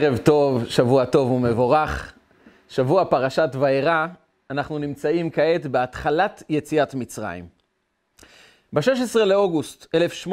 ערב טוב, שבוע טוב ומבורך. שבוע פרשת וארא, אנחנו נמצאים כעת בהתחלת יציאת מצרים. ב-16 לאוגוסט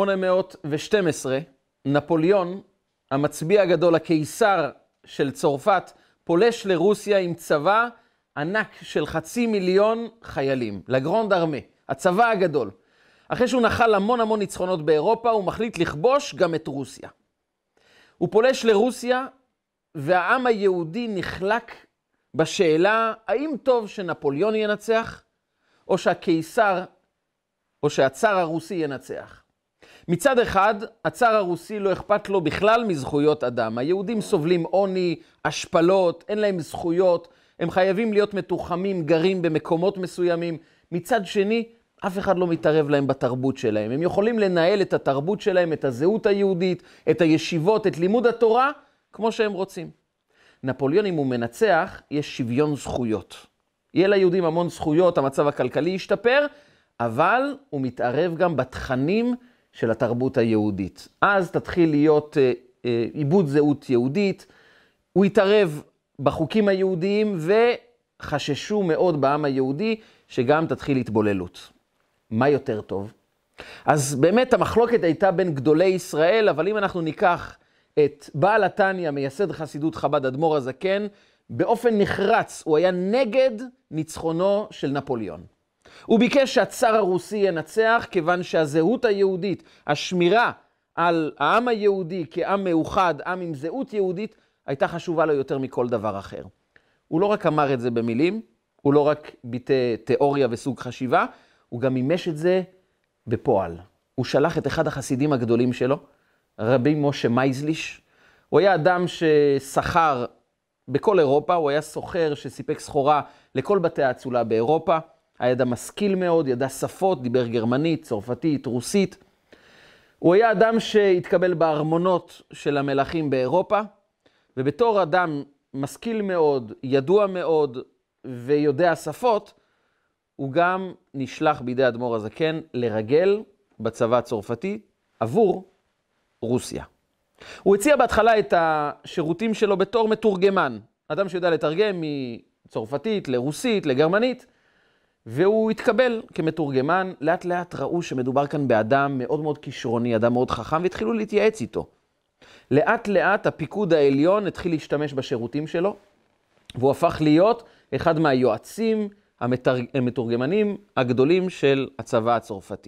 1812, נפוליאון, המצביא הגדול, הקיסר של צרפת, פולש לרוסיה עם צבא ענק של 500,000 חיילים, לגרנד ארמה, הצבא הגדול. אחרי שהוא נחל המון ניצחונות באירופה, הוא מחליט לכבוש גם את רוסיה. הוא פולש לרוסיה, והעם היהודי נחלק בשאלה האם טוב שנפוליאון ינצח, או שהקיסר, או שהצאר הרוסי ינצח. מצד אחד, הצאר הרוסי לא אכפת לו בכלל מזכויות אדם. היהודים סובלים עוני, השפלות, אין להם זכויות, הם חייבים להיות מתוחמים, גרים במקומות מסוימים. מצד שני, אף אחד לא מתערב להם בתרבות שלהם. הם יכולים לנהל את התרבות שלהם, את הזהות היהודית, את הישיבות, את לימוד התורה, כמו שהם רוצים. נפוליאון, אם הוא מנצח, יש שוויון זכויות. יהיה ליהודים המון זכויות, המצב הכלכלי ישתפר, אבל הוא מתערב גם בתכנים של התרבות היהודית. אז תתחיל להיות עיבוד זהות יהודית, הוא יתערב בחוקים היהודיים, וחששו מאוד בעם היהודי שגם תתחיל התבוללות. מה יותר טוב? אז באמת המחלוקת הייתה בין גדולי ישראל, אבל אם אנחנו ניקח את בעל התניא, מייסד חסידות חב"ד, אדמו"ר הזקן, באופן נחרץ הוא היה נגד ניצחונו של נפוליאון. הוא ביקש שהצאר הרוסי ינצח, כיוון שהזהות היהודית, השמירה על העם היהודי כעם מאוחד, עם עם זהות יהודית, הייתה חשובה לו יותר מכל דבר אחר. הוא לא רק אמר את זה במילים, הוא לא רק ביטא תיאוריה וסוג חשיבה, הוא גם מימש את זה בפועל. הוא שלח את אחד החסידים הגדולים שלו, רבי משה מייזליש. הוא היה אדם שסחר בכל אירופה, הוא היה סוחר שסיפק סחורה לכל בתי האצולה באירופה. היה אדם משכיל מאוד, ידע שפות, דיבר גרמנית, צרפתית, רוסית. הוא היה אדם שהתקבל בארמונות של המלכים באירופה, ובתור אדם משכיל מאוד, ידוע מאוד ויודע שפות, הוא גם נשלח בידי אדמו"ר הזקן לרגל בצבא הצרפתי עבור רוסיה. הוא הציע בהתחלה את השירותים שלו בתור מתורגמן, אדם שיודע לתרגם מצרפתית לרוסית, לגרמנית, והוא התקבל כמתורגמן. לאט לאט ראו שמדובר כאן באדם מאוד כישרוני, אדם מאוד חכם, והתחילו להתייעץ איתו. לאט לאט הפיקוד העליון התחיל להשתמש בשירותים שלו, והוא הפך להיות אחד מהיועצים המתורגמנים הגדולים של הצבא הצרפתי.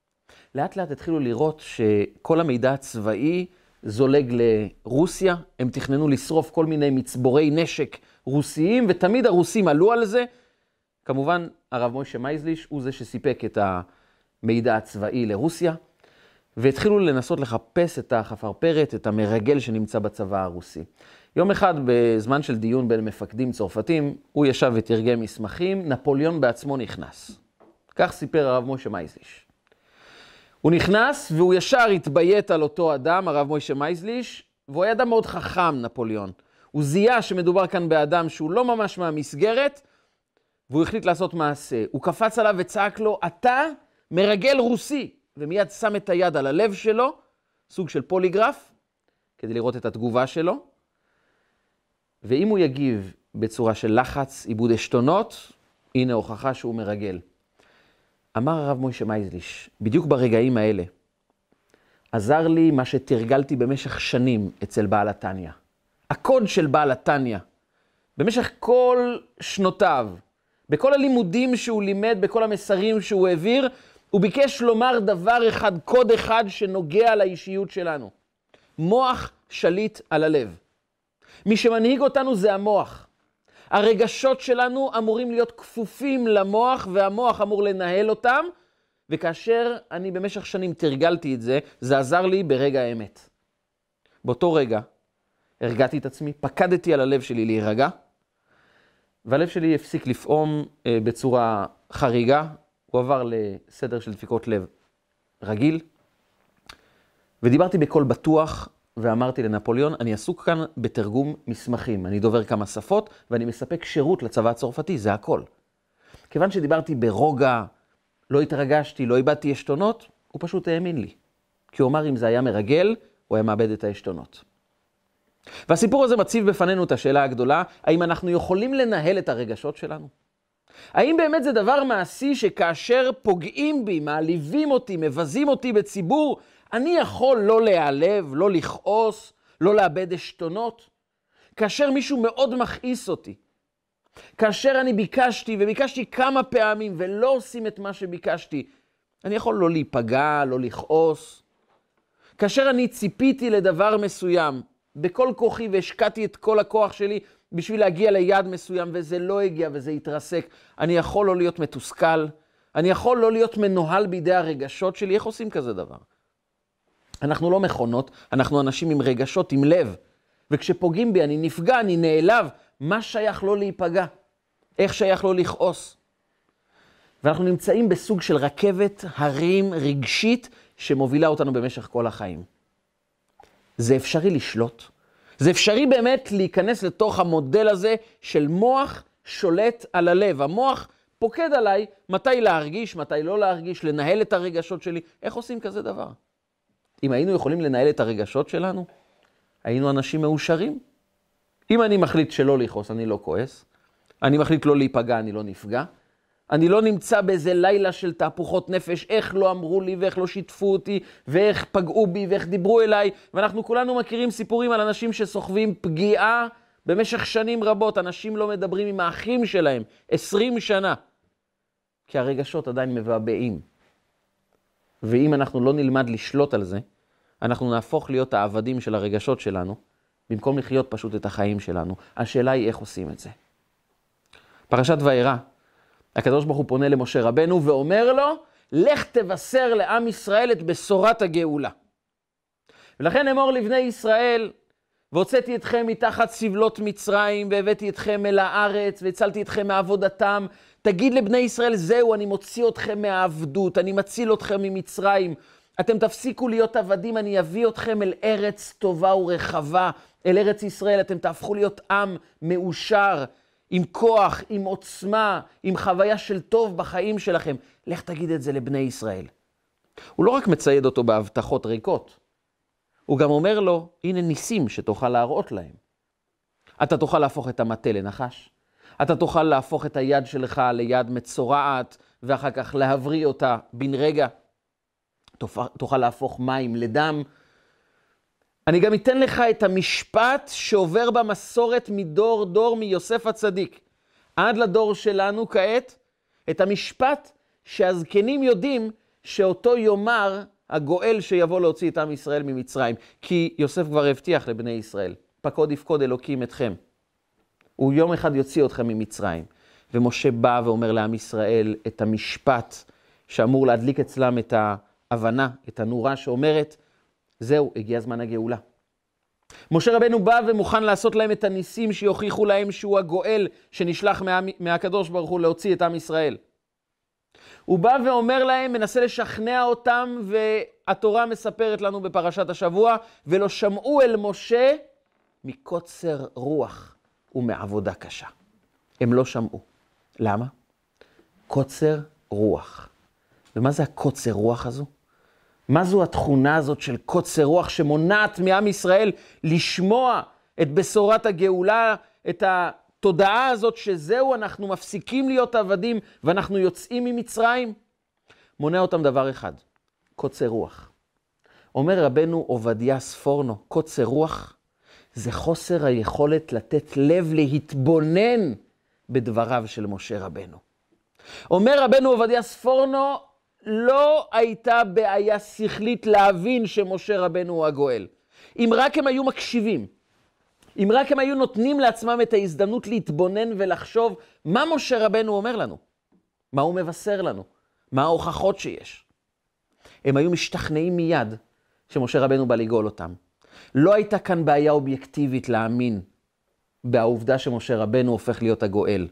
לאט לאט התחילו לראות שכל המידע הצבאי זולג לרוסיה, הם תכננו לשרוף כל מיני מצבורי נשק רוסיים, ותמיד הרוסים עלו על זה. כמובן, הרב משה מייזליש הוא זה שסיפק את המידע הצבאי לרוסיה, והתחילו לנסות לחפש את החפרפרת, את המרגל שנמצא בצבא הרוסי. יום אחד, בזמן של דיון בין מפקדים צרפתים, הוא ישב ותרגם מסמכים, נפוליאון בעצמו נכנס. כך סיפר הרב משה מייזליש. הוא נכנס והוא ישר התביית על אותו אדם, הרב משה מייזליש, והוא היה אדם מאוד חכם, נפוליאון. הוא זיהה שמדובר כאן באדם שהוא לא ממש מהמסגרת, והוא החליט לעשות מעשה. הוא קפץ עליו וצעק לו, אתה מרגל רוסי, ומיד שם את היד על הלב שלו, סוג של פוליגרף, כדי לראות את התגובה שלו. ואם הוא יגיב בצורה של לחץ, עיבוד עשתונות, הנה הוכחה שהוא מרגל. אמר הרב משה מייזליש, בדיוק ברגעים האלה, עזר לי מה שתרגלתי במשך שנים אצל בעל התניא. הקוד של בעל התניא, במשך כל שנותיו, בכל הלימודים שהוא לימד, בכל המסרים שהוא העביר, הוא ביקש לומר דבר אחד, קוד אחד שנוגע לאישיות שלנו. מוח שליט על הלב. מי שמנהיג אותנו זה המוח. הרגשות שלנו אמורים להיות כפופים למוח, והמוח אמור לנהל אותם, וכאשר אני במשך שנים תרגלתי את זה, זה עזר לי ברגע האמת. באותו רגע הרגעתי את עצמי, פקדתי על הלב שלי להירגע, והלב שלי הפסיק לפעום בצורה חריגה, הוא עבר לסדר של דפיקות לב רגיל, ודיברתי בקול בטוח, ואמרתי לנפוליאון, אני עסוק כאן בתרגום מסמכים, אני דובר כמה שפות, ואני מספק שירות לצבא הצרפתי, זה הכל. כיוון שדיברתי ברוגע, לא התרגשתי, לא איבדתי עשתונות, הוא פשוט האמין לי. כי הוא אמר, אם זה היה מרגל, הוא היה מאבד את העשתונות. והסיפור הזה מציב בפנינו את השאלה הגדולה, האם אנחנו יכולים לנהל את הרגשות שלנו? האם באמת זה דבר מעשי שכאשר פוגעים בי, מעליבים אותי, מבזים אותי בציבור, אני יכול לא להיעלב, לא לכעוס, לא לאבד עשתונות? כאשר מישהו מאוד מכעיס אותי, כאשר אני ביקשתי כמה פעמים ולא עושים את מה שביקשתי, אני יכול לא להיפגע, לא לכעוס. כאשר אני ציפיתי לדבר מסוים, בכל כוחי והשקעתי את כל הכוח שלי בשביל להגיע ליעד מסוים, וזה לא הגיע וזה התרסק, אני יכול לא להיות מתוסכל, אני יכול לא להיות מנוהל בידי הרגשות שלי. איך עושים כזה דבר? אנחנו לא מכונות, אנחנו אנשים עם רגשות, עם לב. וכשפוגעים בי אני נפגע, אני נעלב. מה שייך לא להיפגע? איך שייך לא לכעוס? ואנחנו נמצאים בסוג של רכבת הרים רגשית שמובילה אותנו במשך כל החיים. זה אפשרי לשלוט. זה אפשרי באמת להיכנס לתוך המודל הזה של מוח שולט על הלב. המוח פוקד עליי מתי להרגיש, מתי לא להרגיש, לנהל את הרגשות שלי. איך עושים כזה דבר? אם היינו יכולים לנהל את הרגשות שלנו, היינו אנשים מאושרים. אם אני מחליט שלא לכעוס, אני לא כועס. אני מחליט לא להיפגע, אני לא נפגע. אני לא נמצא באיזה לילה של תהפוכות נפש, איך לא אמרו לי ואיך לא שיתפו אותי, ואיך פגעו בי ואיך דיברו אליי. ואנחנו כולנו מכירים סיפורים על אנשים שסוחבים פגיעה במשך שנים רבות. אנשים לא מדברים עם האחים שלהם 20 שנה, כי הרגשות עדיין מבעבעים. ואם אנחנו לא נלמד לשלוט על זה, אנחנו נהפוך להיות העבדים של הרגשות שלנו, במקום לחיות פשוט את החיים שלנו. השאלה היא איך עושים את זה. פרשת וירא, הקדוש ברוך הוא פונה למשה רבנו ואומר לו, לך תבשר לעם ישראל את בשורת הגאולה. ולכן אמור לבני ישראל, והוצאתי אתכם מתחת סבלות מצרים, והבאתי אתכם אל הארץ, והצלתי אתכם מעבודתם. תגיד לבני ישראל, זהו, אני מוציא אתכם מהעבדות, אני מציל אתכם ממצרים. אתם תפסיקו להיות עבדים, אני אביא אתכם אל ארץ טובה ורחבה, אל ארץ ישראל. אתם תהפכו להיות עם מאושר, עם כוח, עם עוצמה, עם חוויה של טוב בחיים שלכם. לך תגיד את זה לבני ישראל. הוא לא רק מצייד אותו בהבטחות ריקות, הוא גם אומר לו, הנה ניסים שתוכל להראות להם. אתה תוכל להפוך את המטה לנחש, אתה תוכל להפוך את היד שלך ליד מצורעת, ואחר כך להבריא אותה בן רגע. תוכל להפוך מים לדם. אני גם אתן לך את המשפט שעובר במסורת מדור דור מיוסף הצדיק, עד לדור שלנו כעת, את המשפט שהזקנים יודעים שאותו יאמר הגואל שיבוא להוציא את עם ישראל ממצרים. כי יוסף כבר הבטיח לבני ישראל, פקוד יפקוד אלוקים אתכם. הוא יום אחד יוציא אתכם ממצרים. ומשה בא ואומר לעם ישראל את המשפט שאמור להדליק אצלם את ההבנה, את הנורה שאומרת, זהו, הגיע זמן הגאולה. משה רבנו בא ומוכן לעשות להם את הניסים שיוכיחו להם שהוא הגואל שנשלח מהקדוש ברוך הוא להוציא את עם ישראל. הוא בא ואומר להם, מנסה לשכנע אותם, והתורה מספרת לנו בפרשת השבוע, ולא שמעו אל משה מקוצר רוח ומעבודה קשה. הם לא שמעו. למה? קוצר רוח. ומה זה הקוצר רוח הזו? מה זו התכונה הזאת של קוצר רוח שמונעת מעם ישראל לשמוע את בשורת הגאולה, את התודעה הזאת שזהו, אנחנו מפסיקים להיות עבדים ואנחנו יוצאים ממצרים? מונע אותם דבר אחד, קוצר רוח. אומר רבנו עובדיה ספורנו, קוצר רוח זה חוסר היכולת לתת לב להתבונן בדבריו של משה רבנו. אומר רבנו עובדיה ספורנו, לא הייתה בעיה שכלית להבין שמשה רבנו הוא הגואל. אם רק הם היו מקשיבים, אם רק הם היו נותנים לעצמם את ההזדמנות להתבונן ולחשוב מה משה רבנו אומר לנו, מה הוא מבשר לנו, מה ההוכחות שיש. הם היו משתכנעים מיד שמשה רבנו בא לגאול אותם. לא הייתה כאן בעיה אובייקטיבית להאמין בעובדה שמשה רבנו הופך להיות הגואל.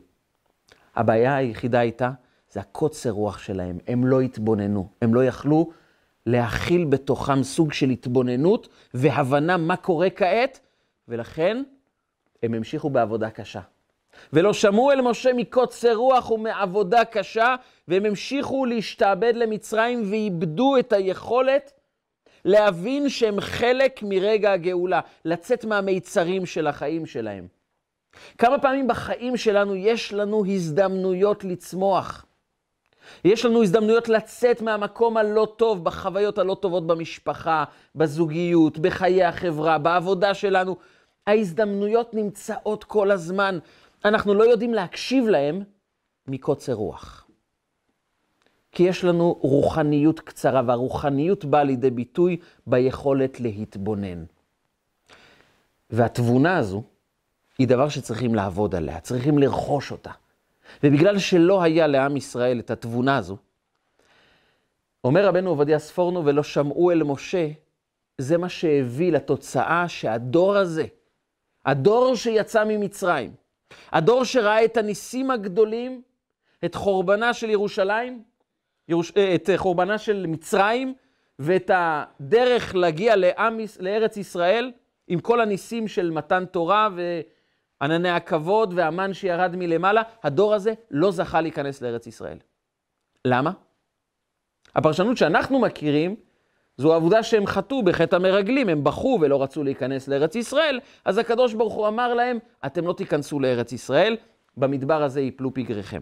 הבעיה היחידה הייתה, זה הקוצר רוח שלהם. הם לא התבוננו, הם לא יכלו להכיל בתוכם סוג של התבוננות והבנה מה קורה כעת, ולכן הם המשיכו בעבודה קשה. ולא שמעו אל משה מקוצר רוח ומעבודה קשה, והם המשיכו להשתעבד למצרים ואיבדו את היכולת להבין שהם חלק מרגע הגאולה, לצאת מהמיצרים של החיים שלהם. כמה פעמים בחיים שלנו יש לנו הזדמנויות לצמוח. יש לנו הזדמנויות לצאת מהמקום הלא טוב, בחוויות הלא טובות במשפחה, בזוגיות, בחיי החברה, בעבודה שלנו. ההזדמנויות נמצאות כל הזמן. אנחנו לא יודעים להקשיב להם מקוצר רוח. כי יש לנו רוחניות קצרה, והרוחניות באה לידי ביטוי ביכולת להתבונן. והתבונה הזו היא דבר שצריכים לעבוד עליה, צריכים לרכוש אותה. ובגלל שלא היה לעם ישראל את התבונה הזו, אומר רבנו עובדיה ספורנו, ולא שמעו אל משה, זה מה שהביא לתוצאה שהדור הזה, הדור שיצא ממצרים, הדור שראה את הניסים הגדולים, את חורבנה של ירושלים, את חורבנה של מצרים, ואת הדרך להגיע לארץ ישראל, עם כל הניסים של מתן תורה וענני הכבוד והמן שירד מלמעלה, הדור הזה לא זכה להיכנס לארץ ישראל. למה? הפרשנות שאנחנו מכירים, זו העבודה שהם חטאו בחטא המרגלים, הם בכו ולא רצו להיכנס לארץ ישראל, אז הקדוש ברוך הוא אמר להם, אתם לא תיכנסו לארץ ישראל, במדבר הזה ייפלו פגריכם.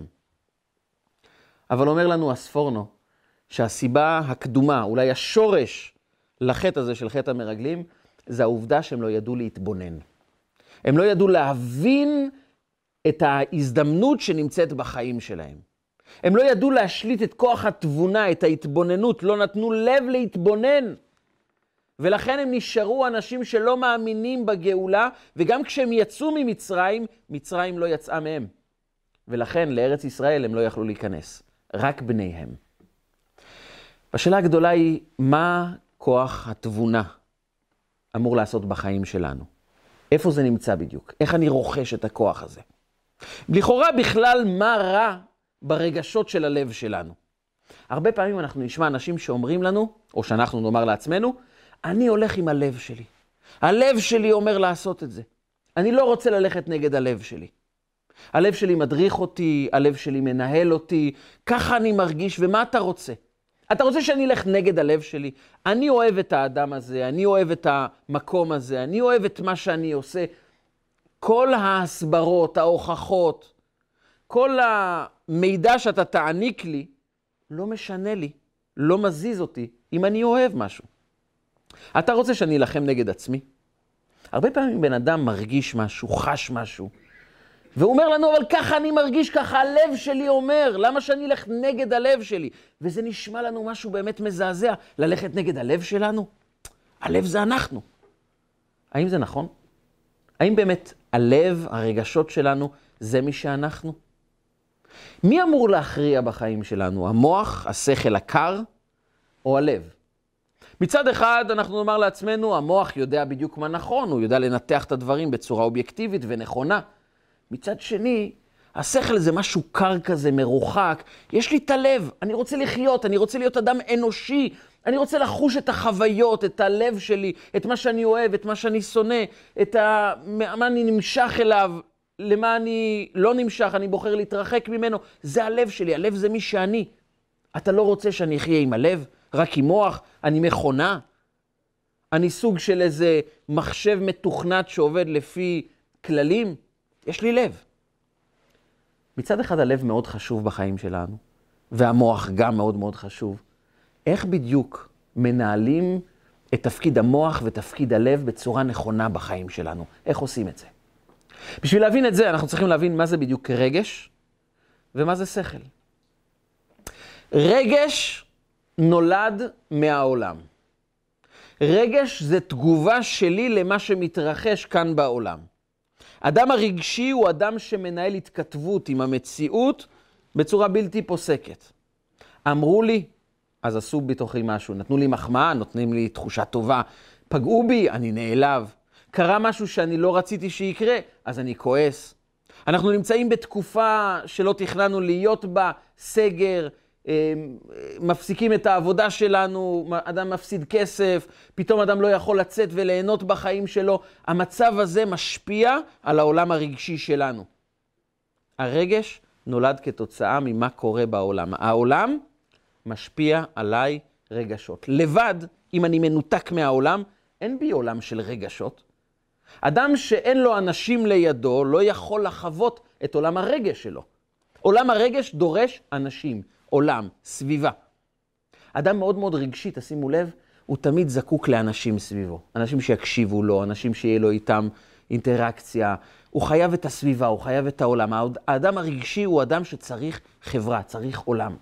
אבל אומר לנו הספורנו, שהסיבה הקדומה, אולי השורש לחטא הזה של חטא המרגלים, זה העובדה שהם לא ידעו להתבונן. הם לא ידעו להבין את ההזדמנות שנמצאת בחיים שלהם. הם לא ידעו להשליט את כוח התבונה, את ההתבוננות, לא נתנו לב להתבונן. ולכן הם נשארו אנשים שלא מאמינים בגאולה, וגם כשהם יצאו ממצרים, מצרים לא יצאה מהם. ולכן לארץ ישראל הם לא יכלו להיכנס, רק בניהם. השאלה הגדולה היא, מה כוח התבונה אמור לעשות בחיים שלנו? איפה זה נמצא בדיוק? איך אני רוכש את הכוח הזה? לכאורה בכלל מה רע ברגשות של הלב שלנו? הרבה פעמים אנחנו נשמע אנשים שאומרים לנו, או שאנחנו נאמר לעצמנו, אני הולך עם הלב שלי. הלב שלי אומר לעשות את זה. אני לא רוצה ללכת נגד הלב שלי. הלב שלי מדריך אותי, הלב שלי מנהל אותי, ככה אני מרגיש, ומה אתה רוצה? אתה רוצה שאני אלך נגד הלב שלי? אני אוהב את האדם הזה, אני אוהב את המקום הזה, אני אוהב את מה שאני עושה. כל ההסברות, ההוכחות, כל המידע שאתה תעניק לי, לא משנה לי, לא מזיז אותי, אם אני אוהב משהו. אתה רוצה שאני אלחם נגד עצמי? הרבה פעמים בן אדם מרגיש משהו, חש משהו, והוא אומר לנו, אבל ככה אני מרגיש, ככה הלב שלי אומר, למה שאני אלך נגד הלב שלי? וזה נשמע לנו משהו באמת מזעזע, ללכת נגד הלב שלנו? הלב זה אנחנו. האם זה נכון? האם באמת הלב, הרגשות שלנו, זה מי שאנחנו? מי אמור להכריע בחיים שלנו? המוח, השכל הקר, או הלב? מצד אחד אנחנו נאמר לעצמנו, המוח יודע בדיוק מה נכון, הוא יודע לנתח את הדברים בצורה אובייקטיבית ונכונה. מצד שני, השכל זה משהו קר כזה, מרוחק. יש לי את הלב, אני רוצה לחיות, אני רוצה להיות אדם אנושי, אני רוצה לחוש את החוויות, את הלב שלי, את מה שאני אוהב, את מה שאני שונא, מה אני נמשך אליו, למה אני לא נמשך, אני בוחר להתרחק ממנו. זה הלב שלי, הלב זה מי שאני. אתה לא רוצה שאני אחיה עם הלב, רק עם מוח, אני מכונה. אני סוג של איזה מחשב מתוכנת שעובד לפי כללים. יש לי לב. מצד אחד הלב מאוד חשוב בחיים שלנו, והמוח גם מאוד מאוד חשוב. איך בדיוק מנהלים את תפקיד המוח ותפקיד הלב בצורה נכונה בחיים שלנו? איך עושים את זה? בשביל להבין את זה, אנחנו צריכים להבין מה זה בדיוק רגש, ומה זה שכל. רגש נולד מהעולם. רגש זה תגובה שלי למה שמתרחש כאן בעולם. אדם הרגשי הוא אדם שמנהל התכתבות עם המציאות בצורה בלתי פוסקת. אמרו לי, אז עשו בתוכי משהו. נתנו לי מחמאה, נותנים לי תחושה טובה. פגעו בי, אני נעלב. קרה משהו שאני לא רציתי שיקרה, אז אני כועס. אנחנו נמצאים בתקופה שלא תכננו להיות בה, סגר, מפסיקים את העבודה שלנו, אדם מפסיד כסף, פתאום אדם לא יכול לצאת וליהנות בחיים שלו. המצב הזה משפיע על העולם הרגשי שלנו. הרגש נולד כתוצאה ממה קורה בעולם. העולם משפיע עליי רגשות. לבד אם אני מנותק מהעולם, אין בי עולם של רגשות. אדם שאין לו אנשים לידו לא יכול לחוות את עולם הרגש שלו. עולם הרגש דורש אנשים, עולם, סביבה. אדם מאוד מאוד רגשי, תשימו לב, הוא תמיד זקוק לאנשים סביבו. אנשים שיקשיבו לו, אנשים שיהיה לו איתם אינטראקציה. הוא חייב את הסביבה, הוא חייב את העולם. האדם הרגשי הוא אדם שצריך חברה, צריך עולם.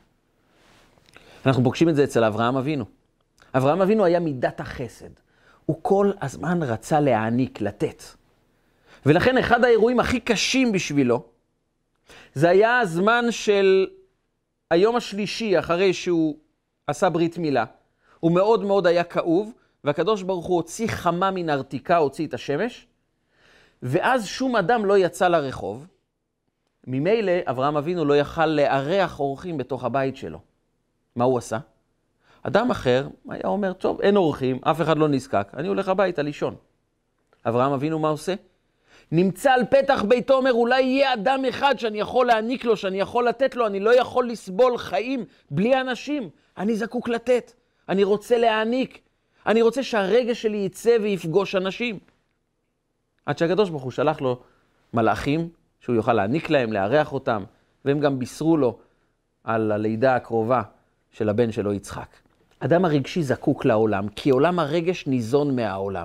אנחנו פוגשים את זה אצל אברהם אבינו. אברהם אבינו היה מידת החסד. הוא כל הזמן רצה להעניק, לתת. ולכן אחד האירועים הכי קשים בשבילו, זה היה הזמן של היום השלישי אחרי שהוא עשה ברית מילה. הוא מאוד מאוד היה כאוב, והקדוש ברוך הוא הוציא חמה מן ארתיקה, הוציא את השמש, ואז שום אדם לא יצא לרחוב. ממילא אברהם אבינו לא יכל לארח אורחים בתוך הבית שלו. מה הוא עשה? אדם אחר היה אומר, טוב, אין אורחים, אף אחד לא נזקק, אני הולך הביתה לישון. אברהם אבינו מה עושה? נמצא על פתח ביתו, אומר, אולי יהיה אדם אחד שאני יכול להעניק לו, שאני יכול לתת לו, אני לא יכול לסבול חיים בלי אנשים, אני זקוק לתת, אני רוצה להעניק, אני רוצה שהרגש שלי יצא ויפגוש אנשים. עד שהקדוש ברוך הוא שלח לו מלאכים, שהוא יוכל להעניק להם, לארח אותם, והם גם בישרו לו על הלידה הקרובה של הבן שלו יצחק. אדם הרגשי זקוק לעולם, כי עולם הרגש ניזון מהעולם.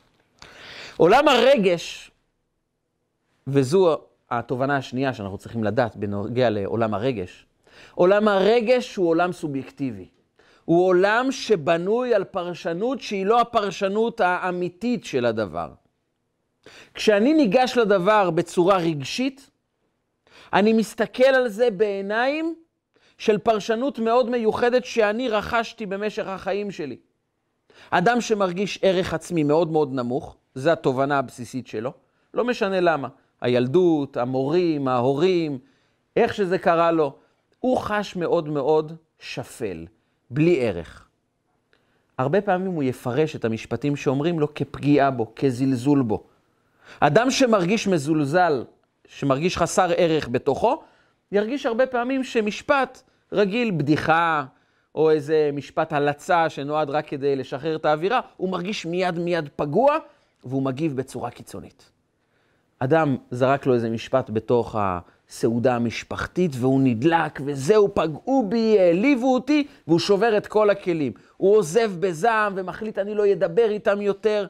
עולם הרגש, וזו התובנה השנייה שאנחנו צריכים לדעת בנוגע לעולם הרגש, עולם הרגש הוא עולם סובייקטיבי. הוא עולם שבנוי על פרשנות שהיא לא הפרשנות האמיתית של הדבר. כשאני ניגש לדבר בצורה רגשית, אני מסתכל על זה בעיניים של פרשנות מאוד מיוחדת שאני רכשתי במשך החיים שלי. אדם שמרגיש ערך עצמי מאוד מאוד נמוך, זו התובנה הבסיסית שלו, לא משנה למה. הילדות, המורים, ההורים, איך שזה קרה לו, הוא חש מאוד מאוד שפל, בלי ערך. הרבה פעמים הוא יפרש את המשפטים שאומרים לו כפגיעה בו, כזלזול בו. אדם שמרגיש מזולזל, שמרגיש חסר ערך בתוכו, ירגיש הרבה פעמים שמשפט רגיל, בדיחה, או איזה משפט הלצה שנועד רק כדי לשחרר את האווירה, הוא מרגיש מיד פגוע, והוא מגיב בצורה קיצונית. אדם זרק לו איזה משפט בתוך הסעודה המשפחתית, והוא נדלק, וזהו, פגעו בי, העליבו אותי, והוא שובר את כל הכלים. הוא עוזב בזעם ומחליט, אני לא ידבר איתם יותר.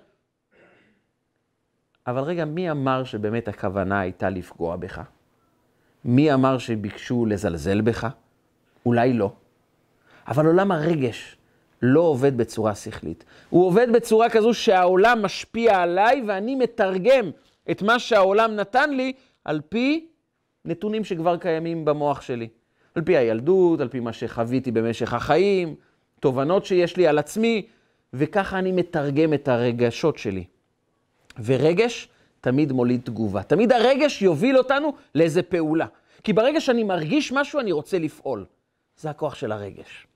אבל רגע, מי אמר שבאמת הכוונה הייתה לפגוע בך? מי אמר שביקשו לזלזל בך? אולי לא. אבל עולם הרגש לא עובד בצורה שכלית. הוא עובד בצורה כזו שהעולם משפיע עליי, ואני מתרגם את מה שהעולם נתן לי על פי נתונים שכבר קיימים במוח שלי. על פי הילדות, על פי מה שחוויתי במשך החיים, תובנות שיש לי על עצמי, וככה אני מתרגם את הרגשות שלי. ורגש תמיד מוליד תגובה. תמיד הרגש יוביל אותנו לאיזה פעולה. כי ברגע שאני מרגיש משהו, אני רוצה לפעול. זה הכוח של הרגש.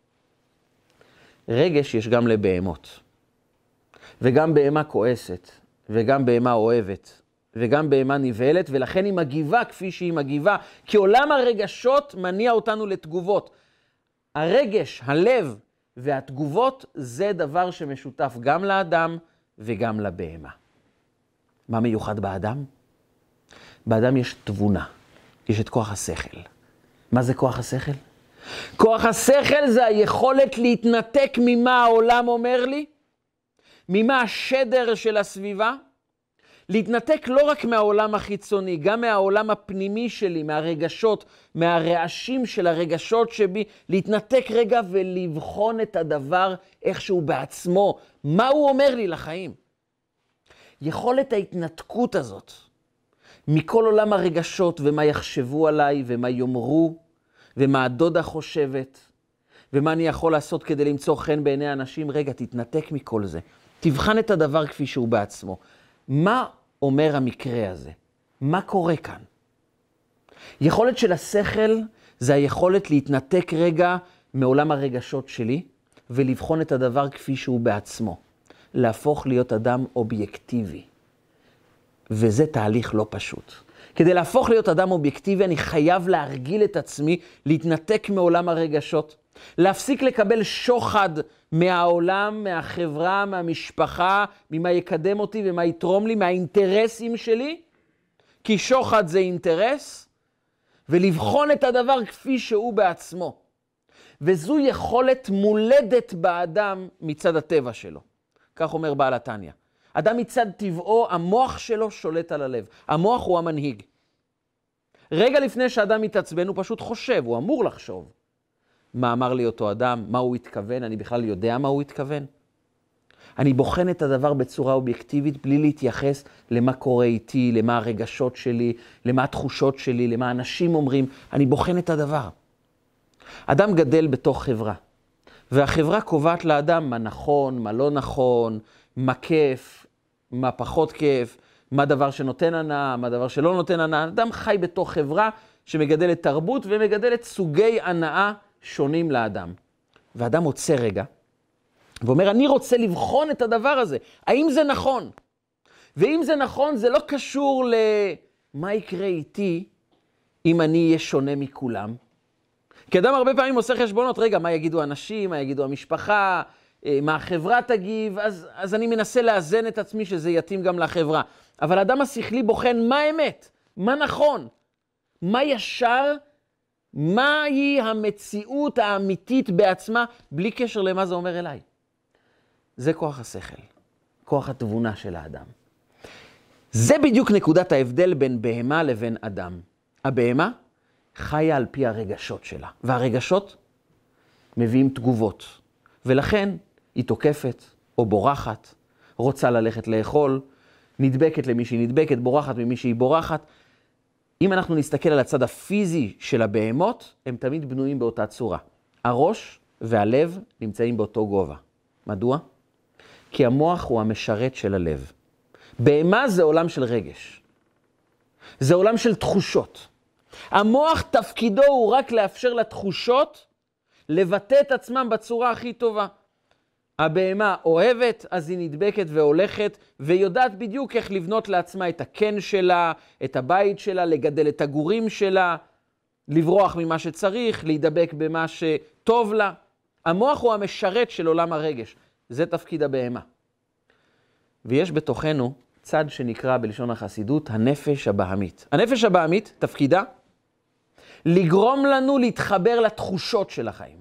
רגש יש גם לבהמות. וגם בהמה כועסת, וגם בהמה אוהבת, וגם בהמה נבהלת, ולכן היא מגיבה כפי שהיא מגיבה. כי עולם הרגשות מניע אותנו לתגובות. הרגש, הלב והתגובות זה דבר שמשותף גם לאדם וגם לבהמה. מה מיוחד באדם? באדם יש תבונה, יש את כוח השכל. מה זה כוח השכל? כוח השכל זה היכולת להתנתק ממה העולם אומר לי, ממה השדר של הסביבה, להתנתק לא רק מהעולם החיצוני, גם מהעולם הפנימי שלי, מהרגשות, מהרעשים של הרגשות שבי, להתנתק רגע ולבחון את הדבר איכשהו בעצמו, מה הוא אומר לי לחיים. יכולת ההתנתקות הזאת, מכל עולם הרגשות ומה יחשבו עליי ומה יאמרו, ומה הדודה חושבת, ומה אני יכול לעשות כדי למצוא חן בעיני אנשים, רגע, תתנתק מכל זה. תבחן את הדבר כפי שהוא בעצמו. מה אומר המקרה הזה? מה קורה כאן? יכולת של השכל זה היכולת להתנתק רגע מעולם הרגשות שלי, ולבחון את הדבר כפי שהוא בעצמו. להפוך להיות אדם אובייקטיבי. וזה תהליך לא פשוט. כדי להפוך להיות אדם אובייקטיבי, אני חייב להרגיל את עצמי, להתנתק מעולם הרגשות, להפסיק לקבל שוחד מהעולם, מהחברה, מהמשפחה, ממה יקדם אותי ומה יתרום לי, מהאינטרסים שלי, כי שוחד זה אינטרס, ולבחון את הדבר כפי שהוא בעצמו. וזו יכולת מולדת באדם מצד הטבע שלו. כך אומר בעל התניא. אדם מצד טבעו, המוח שלו שולט על הלב. המוח הוא המנהיג. רגע לפני שאדם מתעצבן, הוא פשוט חושב, הוא אמור לחשוב. מה אמר לי אותו אדם, מה הוא התכוון, אני בכלל יודע מה הוא התכוון. אני בוחן את הדבר בצורה אובייקטיבית, בלי להתייחס למה קורה איתי, למה הרגשות שלי, למה התחושות שלי, למה אנשים אומרים. אני בוחן את הדבר. אדם גדל בתוך חברה, והחברה קובעת לאדם מה נכון, מה לא נכון, מה כיף, מה פחות כיף, מה דבר שנותן הנאה, מה דבר שלא נותן הנאה. אדם חי בתוך חברה שמגדלת תרבות ומגדלת סוגי הנאה שונים לאדם. ואדם עוצר רגע, ואומר, אני רוצה לבחון את הדבר הזה. האם זה נכון? ואם זה נכון, זה לא קשור למה יקרה איתי אם אני אהיה שונה מכולם. כי אדם הרבה פעמים עושה חשבונות, רגע, מה יגידו אנשים, מה יגידו המשפחה, מה החברה תגיב, אז אני מנסה לאזן את עצמי שזה יתאים גם לחברה. אבל האדם השכלי בוחן מה האמת, מה נכון, מה ישר, מהי המציאות האמיתית בעצמה, בלי קשר למה זה אומר אליי. זה כוח השכל, כוח התבונה של האדם. זה בדיוק נקודת ההבדל בין בהמה לבין אדם. הבהמה חיה על פי הרגשות שלה, והרגשות מביאים תגובות. ולכן היא תוקפת או בורחת, רוצה ללכת לאכול, נדבקת למי שהיא נדבקת, בורחת ממי שהיא בורחת. אם אנחנו נסתכל על הצד הפיזי של הבהמות, הם תמיד בנויים באותה צורה. הראש והלב נמצאים באותו גובה. מדוע? כי המוח הוא המשרת של הלב. בהמה זה עולם של רגש. זה עולם של תחושות. המוח תפקידו הוא רק לאפשר לתחושות לבטא את עצמם בצורה הכי טובה. הבהמה אוהבת, אז היא נדבקת והולכת, ויודעת בדיוק איך לבנות לעצמה את הקן שלה, את הבית שלה, לגדל את הגורים שלה, לברוח ממה שצריך, להידבק במה שטוב לה. המוח הוא המשרת של עולם הרגש. זה תפקיד הבהמה. ויש בתוכנו צד שנקרא בלשון החסידות הנפש הבהמית. הנפש הבהמית, תפקידה, לגרום לנו להתחבר לתחושות של החיים.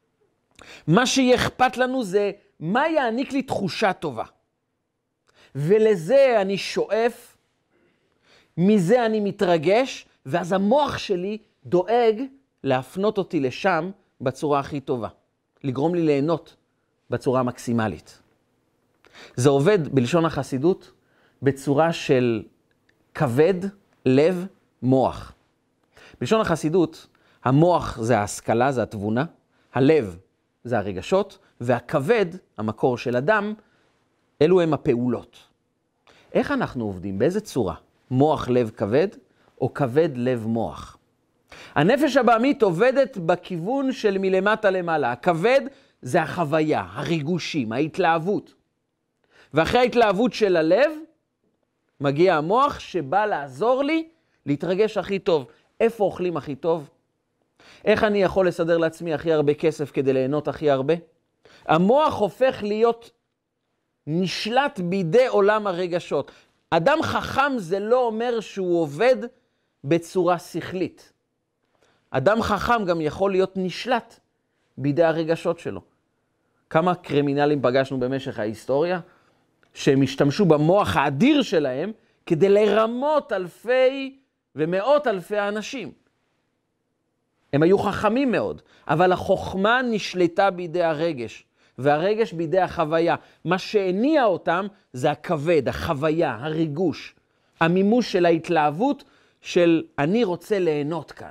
מה שאכפת לנו זה מה יעניק לי תחושה טובה. ולזה אני שואף, מזה אני מתרגש, ואז המוח שלי דואג להפנות אותי לשם בצורה הכי טובה. לגרום לי ליהנות בצורה המקסימלית. זה עובד בלשון החסידות בצורה של כבד, לב, מוח. בלשון החסידות, המוח זה ההשכלה, זה התבונה, הלב זה הרגשות, והכבד, המקור של אדם, אלו הם הפעולות. איך אנחנו עובדים? באיזה צורה? מוח לב כבד או כבד לב מוח? הנפש הבהמית עובדת בכיוון של מלמטה למעלה. הכבד זה החוויה, הריגושים, ההתלהבות. ואחרי ההתלהבות של הלב, מגיע המוח שבא לעזור לי להתרגש הכי טוב. איפה אוכלים הכי טוב? איך אני יכול לסדר לעצמי הכי הרבה כסף כדי ליהנות הכי הרבה? המוח הופך להיות נשלט בידי עולם הרגשות. אדם חכם זה לא אומר שהוא עובד בצורה שכלית. אדם חכם גם יכול להיות נשלט בידי הרגשות שלו. כמה קרימינלים פגשנו במשך ההיסטוריה, שהם השתמשו במוח האדיר שלהם כדי לרמות אלפי ומאות אלפי האנשים. הם היו חכמים מאוד, אבל החוכמה נשלטה בידי הרגש, והרגש בידי החוויה. מה שהניע אותם זה הכבד, החוויה, הריגוש, המימוש של ההתלהבות של אני רוצה ליהנות כאן.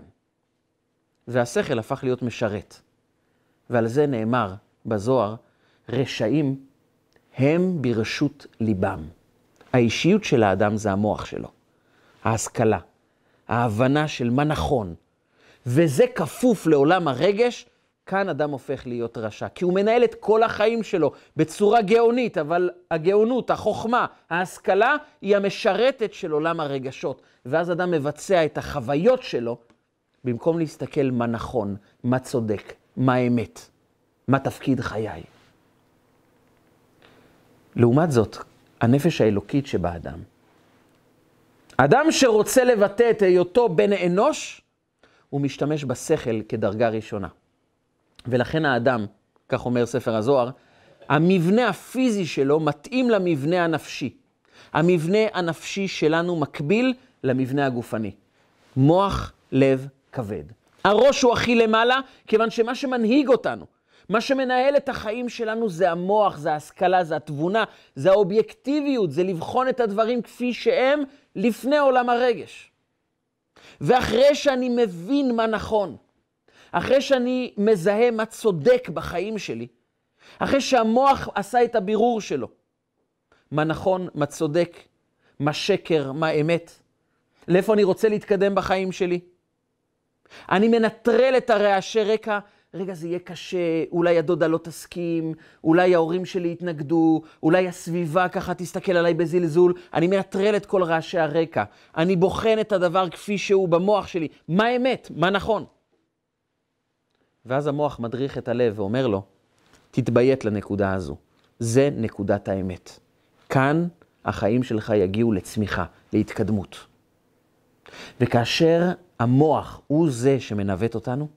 והשכל הפך להיות משרת. ועל זה נאמר בזוהר, רשעים הם ברשות ליבם. האישיות של האדם זה המוח שלו, ההשכלה, ההבנה של מה נכון. וזה כפוף לעולם הרגש, כאן אדם הופך להיות רשע. כי הוא מנהל את כל החיים שלו בצורה גאונית, אבל הגאונות, החוכמה, ההשכלה היא המשרתת של עולם הרגשות. ואז אדם מבצע את החוויות שלו, במקום להסתכל מה נכון, מה צודק, מה האמת, מה תפקיד חיי. לעומת זאת, הנפש האלוקית שבאדם, אדם שרוצה לבטא את היותו בן אנוש, הוא משתמש בשכל כדרגה ראשונה. ולכן האדם, כך אומר ספר הזוהר, המבנה הפיזי שלו מתאים למבנה הנפשי. המבנה הנפשי שלנו מקביל למבנה הגופני. מוח, לב, כבד. הראש הוא הכי למעלה, כיוון שמה שמנהיג אותנו, מה שמנהל את החיים שלנו זה המוח, זה ההשכלה, זה התבונה, זה האובייקטיביות, זה לבחון את הדברים כפי שהם לפני עולם הרגש. ואחרי שאני מבין מה נכון, אחרי שאני מזהה מה צודק בחיים שלי, אחרי שהמוח עשה את הבירור שלו, מה נכון, מה צודק, מה שקר, מה אמת, לאיפה אני רוצה להתקדם בחיים שלי, אני מנטרל את הרעשי רקע, רגע זה יהיה קשה, אולי הדודה לא תסכים, אולי ההורים שלי יתנגדו, אולי הסביבה ככה תסתכל עליי בזלזול, אני מנטרל את כל רעשי הרקע, אני בוחן את הדבר כפי שהוא במוח שלי, מה האמת, מה נכון. ואז המוח מדריך את הלב ואומר לו, תתביית לנקודה הזו, זה נקודת האמת. כאן החיים שלך יגיעו לצמיחה, להתקדמות. וכאשר המוח הוא זה שמנווט אותנו,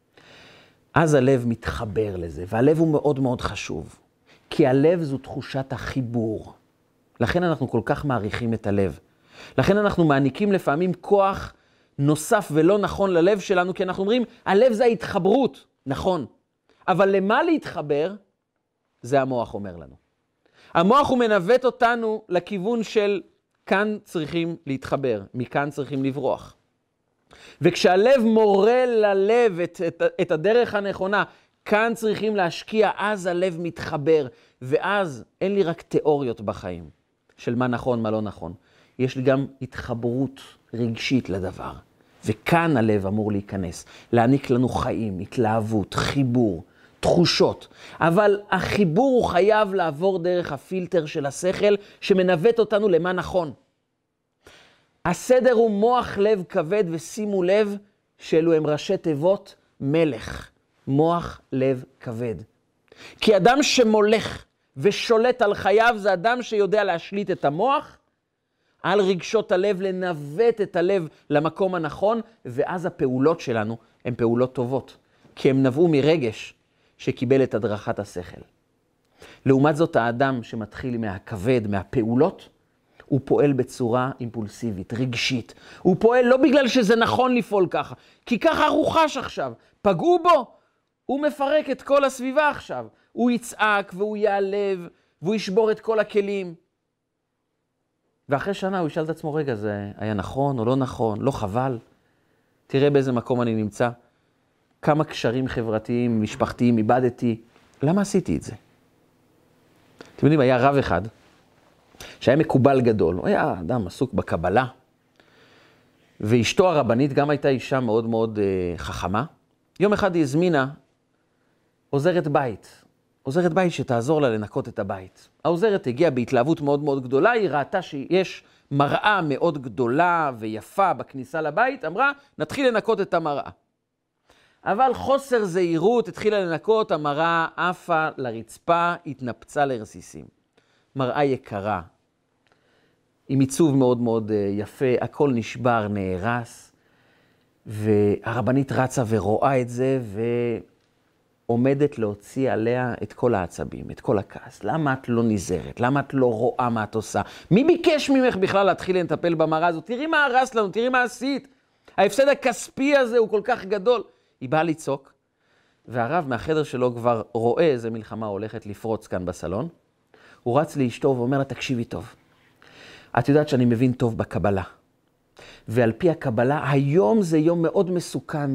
אז הלב מתחבר לזה, והלב הוא מאוד מאוד חשוב. כי הלב זו תחושת החיבור. לכן אנחנו כל כך מעריכים את הלב. לכן אנחנו מעניקים לפעמים כוח נוסף ולא נכון ללב שלנו, כי אנחנו אומרים, הלב זה ההתחברות, נכון. אבל למה להתחבר? זה המוח אומר לנו. המוח הוא מנווט אותנו לכיוון של כאן צריכים להתחבר, מכאן צריכים לברוח. וכשהלב מורה ללב את הדרך הנכונה, כאן צריכים להשקיע, אז הלב מתחבר, ואז אין לי רק תיאוריות בחיים של מה נכון, מה לא נכון. יש לי גם התחברות רגשית לדבר, וכאן הלב אמור להיכנס, להעניק לנו חיים, התלהבות, חיבור, תחושות. אבל החיבור הוא חייב לעבור דרך הפילטר של השכל, שמנווט אותנו למה נכון. הסדר הוא מוח, לב, כבד, ושימו לב שאלו הם ראשי תיבות מלך. מוח, לב, כבד. כי אדם שמולך ושולט על חייו זה אדם שיודע להשליט את המוח, על רגשות הלב, לנווט את הלב למקום הנכון, ואז הפעולות שלנו הן פעולות טובות, כי הן נבעו מרגש שקיבל את הדרכת השכל. לעומת זאת, האדם שמתחיל מהכבד, מהפעולות, הוא פועל בצורה אימפולסיבית, רגשית. הוא פועל לא בגלל שזה נכון לפעול ככה, כי ככה הוא חש עכשיו. פגעו בו, הוא מפרק את כל הסביבה עכשיו. הוא יצעק והוא יעלב והוא ישבור את כל הכלים. ואחרי שנה הוא ישאל את עצמו, רגע, זה היה נכון או לא נכון, לא חבל? תראה באיזה מקום אני נמצא. כמה קשרים חברתיים, משפחתיים איבדתי. למה עשיתי את זה? אתם יודעים, היה רב אחד, שהיה מקובל גדול, הוא היה אדם עסוק בקבלה, ואשתו הרבנית גם הייתה אישה מאוד מאוד חכמה. יום אחד היא הזמינה עוזרת בית שתעזור לה לנקות את הבית. העוזרת הגיעה בהתלהבות מאוד מאוד גדולה, היא ראתה שיש מראה מאוד גדולה ויפה בכניסה לבית, אמרה, נתחיל לנקות את המראה. אבל חוסר זהירות, התחילה לנקות, המראה עפה לרצפה, התנפצה לרסיסים. מראה יקרה, עם עיצוב מאוד מאוד יפה, הכל נשבר, נהרס, והרבנית רצה ורואה את זה, ועומדת להוציא עליה את כל העצבים, את כל הכעס. למה את לא נזהרת? למה את לא רואה מה את עושה? מי ביקש ממך בכלל להתחיל לטפל במראה הזאת? תראי מה הרס לנו, תראי מה עשית. ההפסד הכספי הזה הוא כל כך גדול. היא באה לצעוק, והרב מהחדר שלו כבר רואה איזה מלחמה הולכת לפרוץ כאן בסלון. הוא רץ לאשתו ואומר לה, תקשיבי טוב. את יודעת שאני מבין טוב בקבלה. ועל פי הקבלה, היום זה יום מאוד מסוכן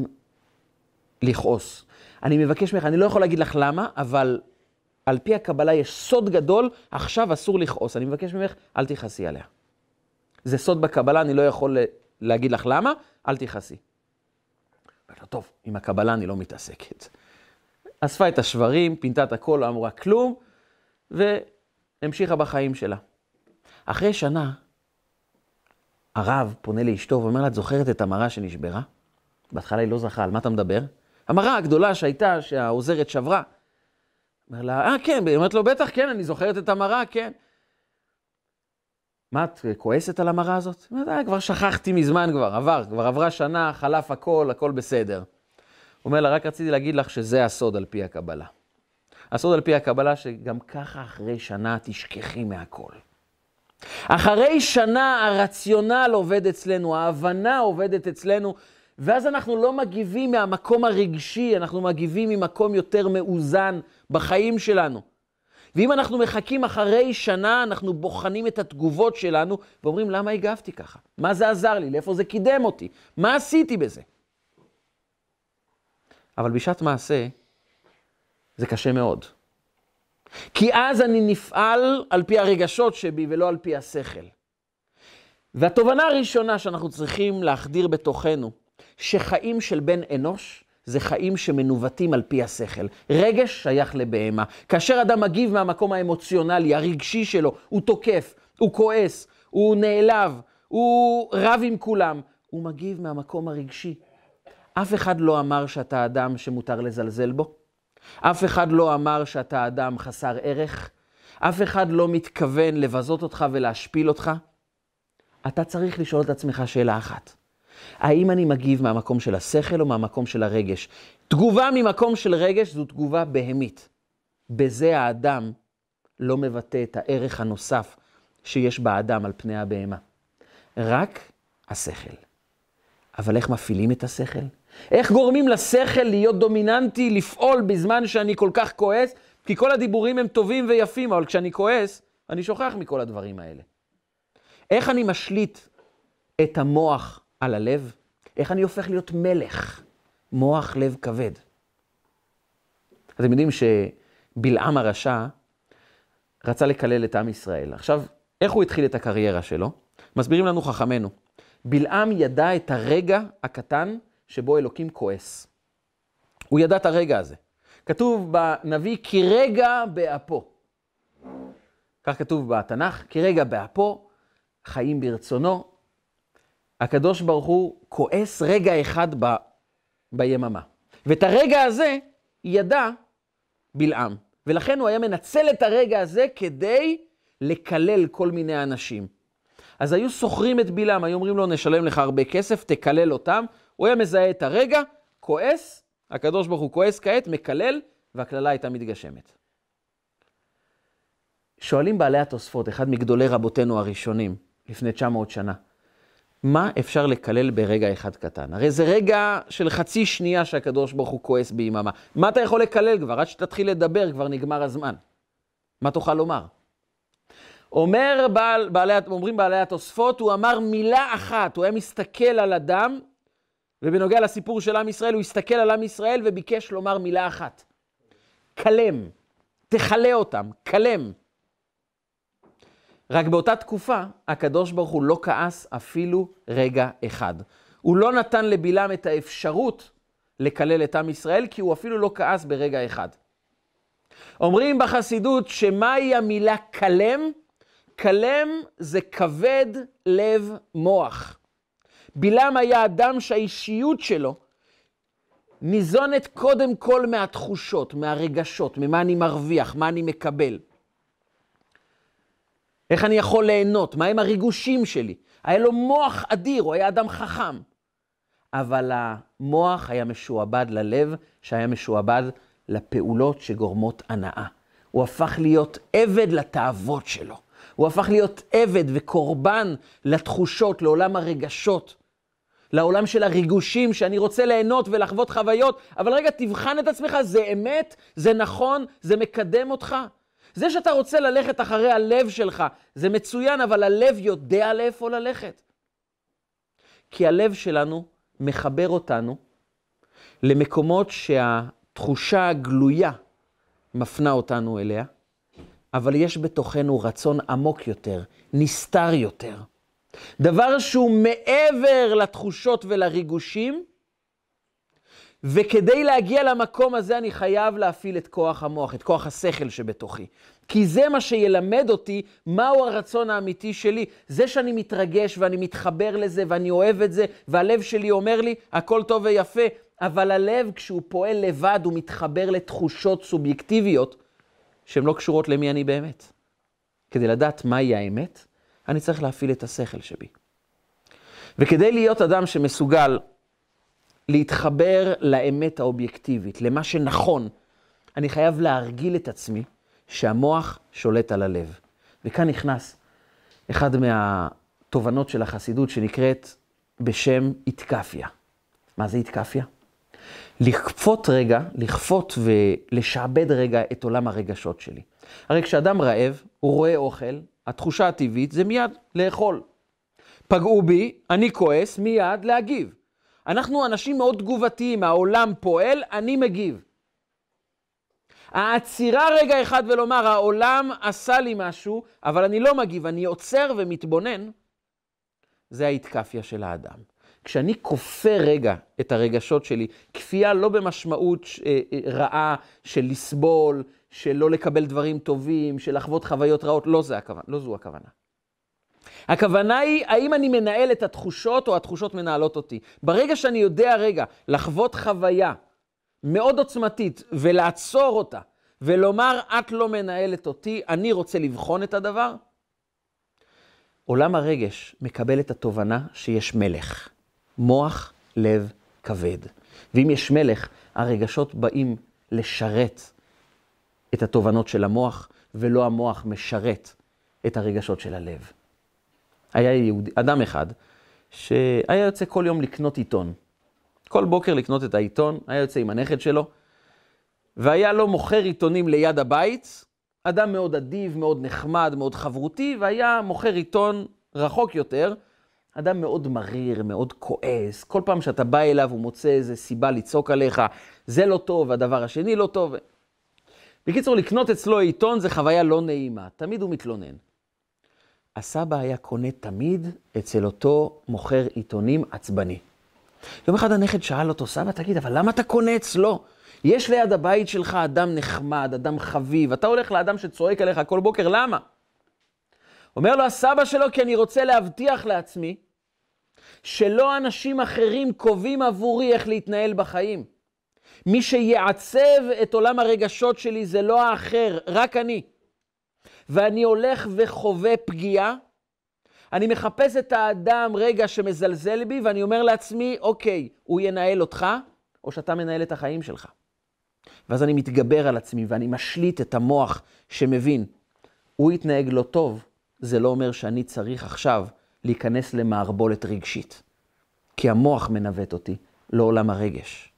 לכעוס. אני מבקש ממך, אני לא יכול להגיד לך למה, אבל על פי הקבלה יש סוד גדול, עכשיו אסור לכעוס. אני מבקש ממך, אל תכעסי עליה. זה סוד בקבלה, אני לא יכול להגיד לך למה, אל תכעסי. טוב, עם הקבלה אני לא מתעסקת. אספה את השברים, פינתה את הכל, לא אמרה כלום, והמשיכה בחיים שלה. אחרי שנה, הרב פונה לאשתו ואומר לה, את זוכרת את המראה שנשברה? בהתחלה היא לא זכה, על מה אתה מדבר? המראה הגדולה שהייתה, שהעוזרת שברה. אומר לה, כן, היא אומרת לו, בטח, כן, אני זוכרת את המראה, כן. מה, את כועסת על המראה הזאת? היא אומרת, כבר שכחתי מזמן כבר עברה שנה, חלף הכל בסדר. הוא אומר לה, רק רציתי להגיד לך שזה הסוד על פי הקבלה. הסוד על פי הקבלה שגם ככה אחרי שנה תשכחי מהכל. אחרי שנה הרציונל עובד אצלנו, ההבנה עובדת אצלנו, ואז אנחנו לא מגיבים מהמקום הרגשי, אנחנו מגיבים ממקום יותר מאוזן בחיים שלנו. ואם אנחנו מחכים אחרי שנה, אנחנו בוחנים את התגובות שלנו, ואומרים, למה הגבתי ככה? מה זה עזר לי? לאיפה זה קידם אותי? מה עשיתי בזה? אבל בשעת מעשה, זה קשה מאוד. כי אז אני נפעל על פי הרגשות שבי ולא על פי השכל. והתובנה הראשונה שאנחנו צריכים להחדיר בתוכנו, שחיים של בן אנוש זה חיים שמנווטים על פי השכל. רגש שייך לבהמה. כאשר אדם מגיב מהמקום האמוציונלי, הרגשי שלו, הוא תוקף, הוא כועס, הוא נעלב, הוא רב עם כולם. הוא מגיב מהמקום הרגשי. אף אחד לא אמר שאתה אדם שמותר לזלזל בו. אף אחד לא אמר שאתה אדם חסר ערך. אף אחד לא מתכוון לבזות אותך ולהשפיל אותך. אתה צריך לשאול את עצמך שאלה אחת. האם אני מגיב מהמקום של השכל או מהמקום של הרגש? תגובה ממקום של רגש זו תגובה בהמית. בזה האדם לא מבטא את הערך הנוסף שיש באדם על פני הבהמה. רק השכל. אבל איך מפעילים את השכל? איך גורמים לשכל להיות דומיננטי, לפעול בזמן שאני כל כך כועס? כי כל הדיבורים הם טובים ויפים, אבל כשאני כועס, אני שוכח מכל הדברים האלה. איך אני משליט את המוח על הלב? איך אני הופך להיות מלך? מוח לב כבד. אתם יודעים שבלעם הרשע רצה לקלל את עם ישראל. עכשיו, איך הוא התחיל את הקריירה שלו? מסבירים לנו חכמנו. בלעם ידע את הרגע הקטן שבו אלוקים כועס. הוא ידע את הרגע הזה. כתוב בנביא, כי רגע באפו. כך כתוב בתנ"ך, כי רגע באפו, חיים ברצונו. הקדוש ברוך הוא כועס רגע אחד ביממה. ואת הרגע הזה ידע בלעם. ולכן הוא היה מנצל את הרגע הזה כדי לקלל כל מיני אנשים. אז היו סוחרים את בלעם, היו אומרים לו, נשלם לך הרבה כסף, תקלל אותם. הוא היה מזהה את הרגע, כועס, הקדוש ברוך הוא כועס כעת, מקלל, והכללה הייתה מתגשמת. שואלים בעלי התוספות, אחד מגדולי רבותינו הראשונים, לפני 900 שנה, מה אפשר לקלל ברגע אחד קטן? הרי זה רגע של חצי שנייה שהקדוש ברוך הוא כועס ביממה. מה אתה יכול לקלל כבר? עד שתתחיל לדבר כבר נגמר הזמן. מה תוכל לומר? אומרים בעלי התוספות, הוא אמר מילה אחת, הוא היה מסתכל על אדם, ובנוגע לסיפור של עם ישראל, הוא הסתכל על עם ישראל וביקש לומר מילה אחת. קלם, תחלה אותם, קלם. רק באותה תקופה, הקדוש ברוך הוא לא כעס אפילו רגע אחד. הוא לא נתן לבלעם את האפשרות לקלל את עם ישראל, כי הוא אפילו לא כעס ברגע אחד. אומרים בחסידות שמהי המילה קלם? קלם זה כבד לב מוח. בלעם היה אדם שהאישיות שלו ניזונת קודם כל מהתחושות, מהרגשות, ממה אני מרוויח, מה אני מקבל. איך אני יכול ליהנות, מה הם הריגושים שלי. היה לו מוח אדיר, הוא היה אדם חכם. אבל המוח היה משועבד ללב, שהיה משועבד לפעולות שגורמות הנאה. הוא הפך להיות עבד לתאוות שלו. הוא הפך להיות עבד וקורבן לתחושות, לעולם הרגשות. לעולם של הריגושים, שאני רוצה ליהנות ולחוות חוויות, אבל רגע, תבחן את עצמך, זה אמת, זה נכון, זה מקדם אותך. זה שאתה רוצה ללכת אחרי הלב שלך, זה מצוין, אבל הלב יודע לאיפה ללכת. כי הלב שלנו מחבר אותנו למקומות שהתחושה הגלויה מפנה אותנו אליה, אבל יש בתוכנו רצון עמוק יותר, נסתר יותר. דבר שהוא מעבר לתחושות ולריגושים, וכדי להגיע למקום הזה אני חייב להפעיל את כוח המוח, את כוח השכל שבתוכי. כי זה מה שילמד אותי מהו הרצון האמיתי שלי. זה שאני מתרגש ואני מתחבר לזה ואני אוהב את זה, והלב שלי אומר לי, הכל טוב ויפה, אבל הלב, כשהוא פועל לבד, הוא מתחבר לתחושות סובייקטיביות, שהן לא קשורות למי אני באמת. כדי לדעת מהי האמת, אני צריך להפעיל את השכל שבי. וכדי להיות אדם שמסוגל להתחבר לאמת האובייקטיבית, למה שנכון, אני חייב להרגיל את עצמי שהמוח שולט על הלב. וכאן נכנס אחד מהתובנות של החסידות שנקראת בשם התקפיה. מה זה התקפיה? לכפות ולשעבד רגע את עולם הרגשות שלי. הרי כשאדם רעב, הוא רואה אוכל, התחושה הטבעית זה מיד לאכול. פגעו בי, אני כועס, מיד להגיב. אנחנו אנשים מאוד תגובתיים, העולם פועל, אני מגיב. העצירה רגע אחד ולומר, העולם עשה לי משהו, אבל אני לא מגיב, אני עוצר ומתבונן, זה ההתקפיה של האדם. כשאני כופה רגע את הרגשות שלי, כפייה לא במשמעות רעה של לסבול, של לא לקבל דברים טובים, של לחוות חוויות רעות, לא זו הכוונה. הכוונה היא, האם אני מנהל את התחושות או התחושות מנהלות אותי. ברגע שאני יודע רגע לחוות חוויה מאוד עוצמתית ולעצור אותה, ולומר, את לא מנהלת אותי, אני רוצה לבחון את הדבר, עולם הרגש מקבל את התובנה שיש מלך. מוח, לב, כבד. ואם יש מלך, הרגשות באים לשרת את התובנות של המוח, ולא המוח משרת את הרגשות של הלב. היה אדם אחד שהיה יוצא כל יום לקנות עיתון. כל בוקר לקנות את העיתון, היה יוצא עם הנכד שלו, והיה לו מוכר עיתונים ליד הבית, אדם מאוד אדיב, מאוד נחמד, מאוד חברותי, והיה מוכר עיתון רחוק יותר, אדם מאוד מריר, מאוד כועס. כל פעם שאתה בא אליו הוא מוצא איזו סיבה לצעוק עליך, זה לא טוב, הדבר השני לא טוב. בקיצור, לקנות אצלו עיתון זה חוויה לא נעימה, תמיד הוא מתלונן. הסבא היה קונה תמיד אצל אותו מוכר עיתונים עצבני. יום אחד הנכד שאל אותו, סבא, תגיד, אבל למה אתה קונה אצלו? יש ליד הבית שלך אדם נחמד, אדם חביב, אתה הולך לאדם שצועק עליך כל בוקר, למה? אומר לו הסבא שלו, כי אני רוצה להבטיח לעצמי, שלא אנשים אחרים קובעים עבורי איך להתנהל בחיים. מי שיעצב את עולם הרגשות שלי זה לא האחר, רק אני. ואני הולך וחווה פגיעה, אני מחפש את האדם רגע שמזלזל בי, ואני אומר לעצמי, אוקיי, הוא ינהל אותך, או שאתה מנהל את החיים שלך. ואז אני מתגבר על עצמי, ואני משליט את המוח שמבין, הוא יתנהג לא טוב, זה לא אומר שאני צריך עכשיו להיכנס למערבולת רגשית. כי המוח מנווט אותי, לא עולם הרגש.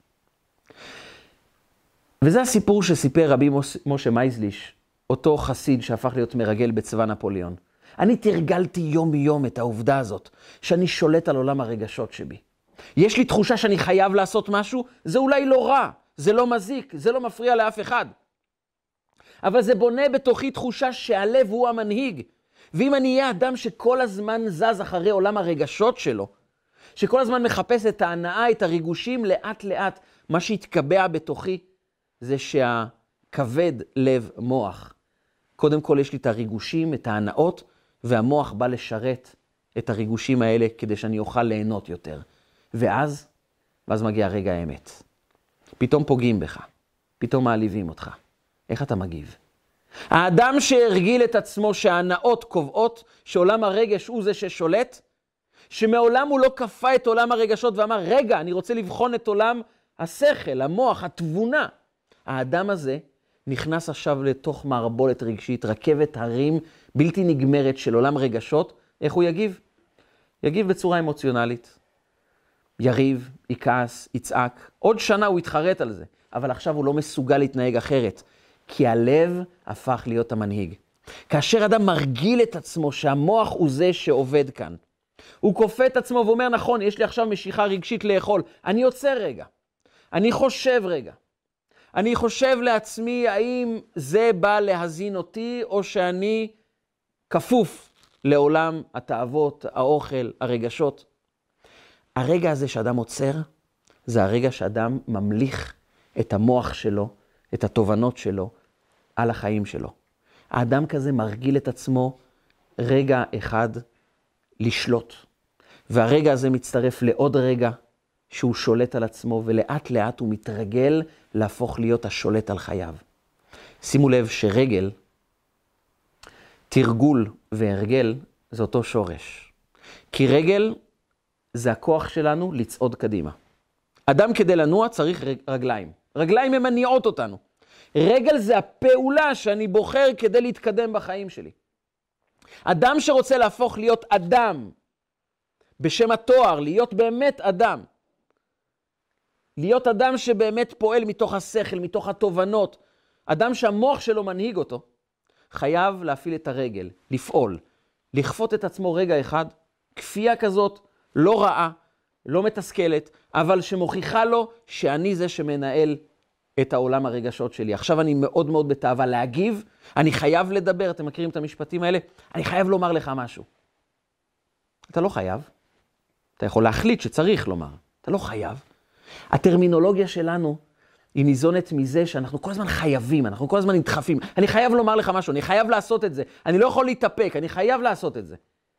וזה הסיפור שסיפר רבי משה מייזליש, אותו חסיד שהפך להיות מרגל בצבא נפוליאון. אני תרגלתי יום ביום את העובדה הזאת, שאני שולט על עולם הרגשות שבי. יש לי תחושה שאני חייב לעשות משהו, זה אולי לא רע, זה לא מזיק, זה לא מפריע לאף אחד. אבל זה בונה בתוכי תחושה שהלב הוא המנהיג. ואם אני אהיה אדם שכל הזמן זז אחרי עולם הרגשות שלו, שכל הזמן מחפש את ההנאה, את הריגושים, לאט לאט, מה שהתקבע בתוכי, זה שהכבד לב מוח. קודם כל יש לי את הריגושים, את ההנאות, והמוח בא לשרת את הריגושים האלה כדי שאני אוכל ליהנות יותר. ואז מגיע רגע האמת. פתאום פוגעים בך, פתאום מעליבים אותך. איך אתה מגיב? האדם שהרגיל את עצמו שההנאות קובעות, שעולם הרגש הוא זה ששולט, שמעולם הוא לא כפה את עולם הרגשות ואמר, רגע, אני רוצה לבחון את עולם השכל, המוח, התבונה. האדם הזה נכנס עכשיו לתוך מערבולת רגשית, רכבת הרים בלתי נגמרת של עולם רגשות. איך הוא יגיב? יגיב בצורה אמוציונלית. יריב, יכעס, יצעק. עוד שנה הוא יתחרט על זה, אבל עכשיו הוא לא מסוגל להתנהג אחרת, כי הלב הפך להיות המנהיג. כאשר אדם מרגיל את עצמו שהמוח הוא זה שעובד כאן, הוא כופה את עצמו ואומר, נכון, יש לי עכשיו משיכה רגשית לאכול, אני עוצר רגע, אני חושב רגע. אני חושב לעצמי, האם זה בא להזין אותי, או שאני כפוף לעולם התאוות, האוכל, הרגשות. הרגע הזה שאדם עוצר, זה הרגע שאדם ממליך את המוח שלו, את התובנות שלו, על החיים שלו. האדם כזה מרגיל את עצמו רגע אחד לשלוט. והרגע הזה מצטרף לעוד רגע שהוא שולט על עצמו, ולאט לאט הוא מתרגל להפוך להיות השולט על חייו. שימו לב שרגל, תרגול והרגל, זה אותו שורש. כי רגל זה הכוח שלנו לצעוד קדימה. אדם כדי לנוע צריך רגליים. רגליים הם מניעות אותנו. רגל זה הפעולה שאני בוחר כדי להתקדם בחיים שלי. אדם שרוצה להפוך להיות אדם, בשם התואר, להיות באמת אדם. להיות אדם שבאמת פועל מתוך השכל, מתוך התובנות. אדם שהמוח שלו מנהיג אותו, חייב להפעיל את הרגל, לפעול, לכפות את עצמו רגע אחד, כפייה כזאת, לא רעה, לא מתסכלת, אבל שמוכיחה לו שאני זה שמנהל את העולם הרגשות שלי. עכשיו אני מאוד מאוד בתאווה להגיב, אני חייב לדבר, אתם מכירים את המשפטים האלה? אני חייב לומר לך משהו. אתה לא חייב, אתה יכול להחליט שצריך לומר, אתה לא חייב. הטרמינולוגיה שלנו היא ניזונת מזה שאנחנו כל הזמן חייבים, אנחנו כל הזמן נדחפים. אני חייב לומר לך משהו, אני חייב לעשות את זה, אני לא יכול להתאפק, אני חייב לעשות את זה.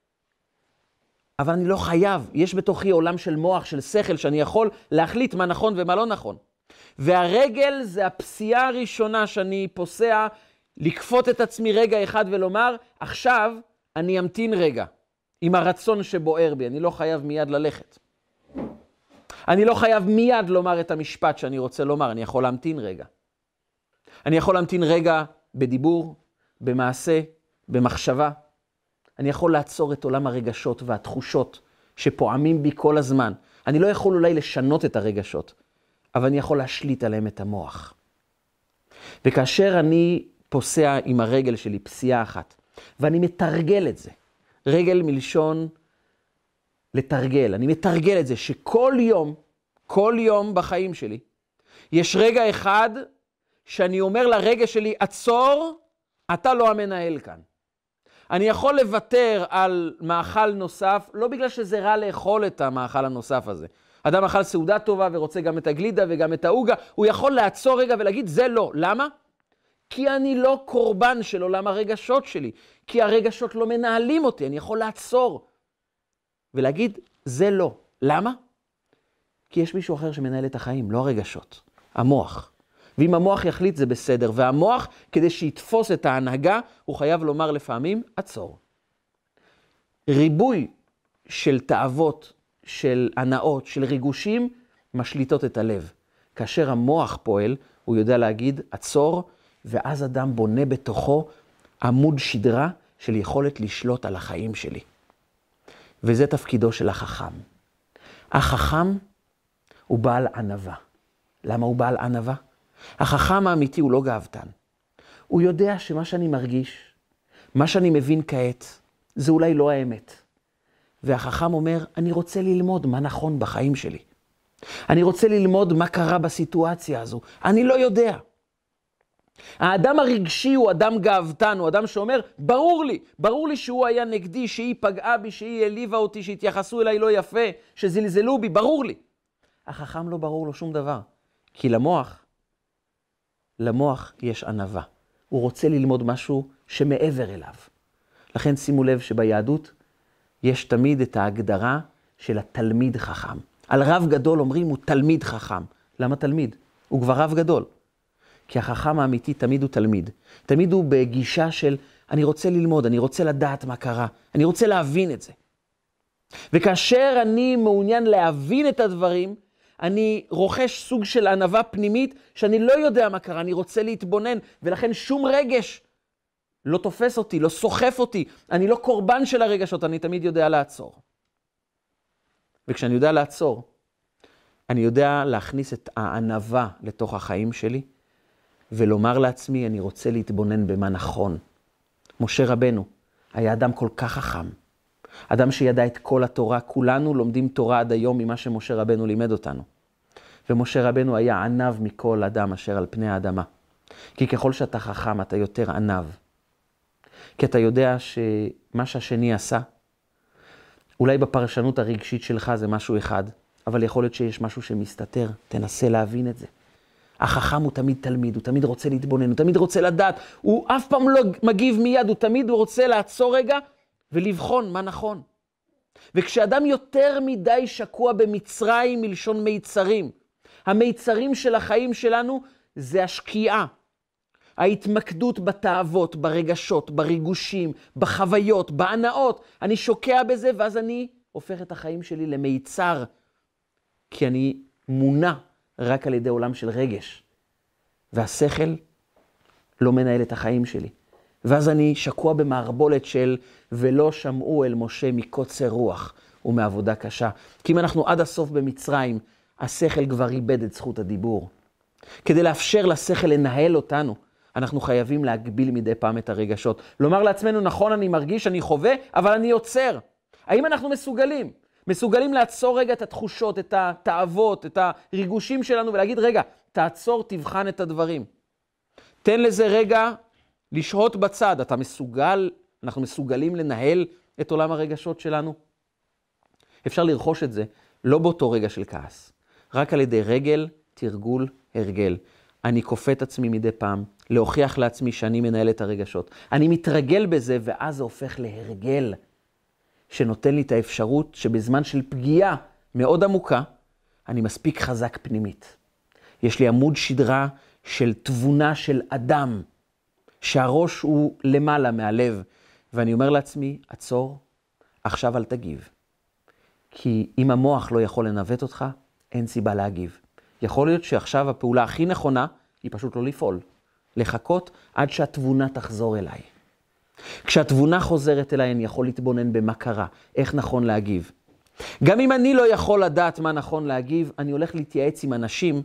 אבל אני לא חייב, יש בתוכי עולם של מוח, של שכל, שאני יכול להחליט מה נכון ומה לא נכון. והרגל זה הפסיעה הראשונה שאני פוסע, לקפות את עצמי רגע אחד ולומר, עכשיו אני אמתין רגע, עם הרצון שבוער בי, אני לא חייב מיד ללכת. אני לא חייב מיד לומר את המשפט שאני רוצה לומר, אני יכול להמתין רגע. אני יכול להמתין רגע בדיבור, במעשה, במחשבה. אני יכול לעצור את עולם הרגשות והתחושות שפועמים בי כל הזמן. אני לא יכול אולי לשנות את הרגשות, אבל אני יכול להשליט עליהם את המוח. וכאשר אני פוסע עם הרגל שלי פסיעה אחת, ואני מתרגל את זה, רגל מלשון לתרגל, אני מתרגל את זה שכל יום בחיים שלי, יש רגע אחד שאני אומר לרגע שלי, עצור, אתה לא המנהל כאן. אני יכול לוותר על מאכל נוסף, לא בגלל שזה רע לאכול את המאכל הנוסף הזה. אדם אכל סעודה טובה ורוצה גם את הגלידה וגם את האוגה, הוא יכול לעצור רגע ולהגיד, זה לא. למה? כי אני לא קורבן של עולם הרגשות שלי. כי הרגשות לא מנהלים אותי, אני יכול לעצור. ולהגיד, זה לא. למה? כי יש מישהו אחר שמנהל את החיים, לא הרגשות, המוח. ואם המוח יחליט זה בסדר, והמוח, כדי שיתפוס את ההנהגה, הוא חייב לומר לפעמים, עצור. ריבוי של תאוות, של הנאות, של ריגושים, משליטות את הלב. כאשר המוח פועל, הוא יודע להגיד, עצור, ואז אדם בונה בתוכו עמוד שדרה של יכולת לשלוט על החיים שלי. וזה תפקידו של החכם. החכם הוא בעל ענווה. למה הוא בעל ענווה? החכם האמיתי הוא לא גאוותן. הוא יודע שמה שאני מרגיש, מה שאני מבין כעת, זה אולי לא האמת. והחכם אומר, אני רוצה ללמוד מה נכון בחיים שלי. אני רוצה ללמוד מה קרה בסיטואציה הזו. אני לא יודע. האדם הרגשי הוא אדם גאוותן, הוא אדם שאומר, ברור לי שהוא היה נגדי, שהיא פגעה בי, שהיא העליבה אותי, שהתייחסו אליי לא יפה, שזלזלו בי, ברור לי. החכם לא ברור לו שום דבר. כי למוח יש ענווה. הוא רוצה ללמוד משהו שמעבר אליו. לכן שימו לב שביהדות יש תמיד את ההגדרה של התלמיד חכם. על רב גדול אומרים הוא תלמיד חכם. למה תלמיד? הוא כבר רב גדול. כי החכם האמיתי תמיד הוא תלמיד. תמיד הוא בגישה של אני רוצה ללמוד, אני רוצה לדעת מה קרה, אני רוצה להבין את זה. וכאשר אני מעוניין להבין את הדברים, אני רוכש סוג של ענווה פנימית שאני לא יודע מה קרה, אני רוצה להתבונן, ולכן שום רגש לא תופס אותי, לא סוחף אותי, אני לא קורבן של הרגשות, אני תמיד יודע לעצור. וכשאני יודע לעצור, אני יודע להכניס את הענווה לתוך החיים שלי, ולומר לעצמי, אני רוצה להתבונן במה נכון. משה רבנו היה אדם כל כך חכם, אדם שידע את כל התורה, כולנו לומדים תורה עד היום ממה שמשה רבנו לימד אותנו. ומשה רבנו היה ענב מכל אדם אשר על פני האדמה. כי ככל שאתה חכם, אתה יותר ענב. כי אתה יודע שמה שהשני עשה, אולי בפרשנות הרגשית שלך זה משהו אחד, אבל יכול להיות שיש משהו שמסתתר, תנסה להבין את זה. החכם הוא תמיד תלמיד, הוא תמיד רוצה להתבונן, הוא תמיד רוצה לדעת, הוא אף פעם לא מגיב מיד, הוא תמיד רוצה לעצור רגע ולבחון מה נכון. וכשאדם יותר מדי שקוע במצרים מלשון מיצרים, המיצרים של החיים שלנו זה השקיעה. ההתמקדות בתאוות, ברגשות, בריגושים, בחוויות, בהנאות. אני שוקע בזה ואז אני הופך את החיים שלי למיצר. כי אני מונע רק על ידי עולם של רגש. והשכל לא מנהל את החיים שלי. ואז אני שקוע במערבולת של ולא שמעו אל משה מקוצר רוח ומעבודה קשה. כי אם אנחנו עד הסוף במצרים, השכל כבר איבד את זכות הדיבור. כדי לאפשר לשכל לנהל אותנו, אנחנו חייבים להגביל מדי פעם את הרגשות. לומר לעצמנו, נכון, אני מרגיש, אני חווה, אבל אני יוצר. האם אנחנו מסוגלים? מסוגלים לעצור רגע את התחושות, את התאוות, את הריגושים שלנו, ולהגיד, רגע, תעצור, תבחן את הדברים. תן לזה רגע לשהות בצד. אתה מסוגל, אנחנו מסוגלים לנהל את עולם הרגשות שלנו? אפשר לרכוש את זה, לא באותו רגע של כעס, רק על ידי רגל, תרגול, הרגל. אני כופה את עצמי מדי פעם, להוכיח לעצמי שאני מנהל את הרגשות. אני מתרגל בזה, ואז זה הופך להרגל, שנותן לי את האפשרות שבזמן של פגיעה מאוד עמוקה, אני מספיק חזק פנימית. יש לי עמוד שדרה של תבונה של אדם, שהראש הוא למעלה מהלב, ואני אומר לעצמי, עצור, עכשיו אל תגיב. כי אם המוח לא יכול לנווט אותך, אין סיבה להגיב. יכול להיות שעכשיו הפעולה הכי נכונה היא פשוט לא לפעול. לחכות עד שהתבונה תחזור אליי. כשהתבונה חוזרת אליי, אני יכול להתבונן במה קרה, איך נכון להגיב. גם אם אני לא יכול לדעת מה נכון להגיב, אני הולך להתייעץ עם אנשים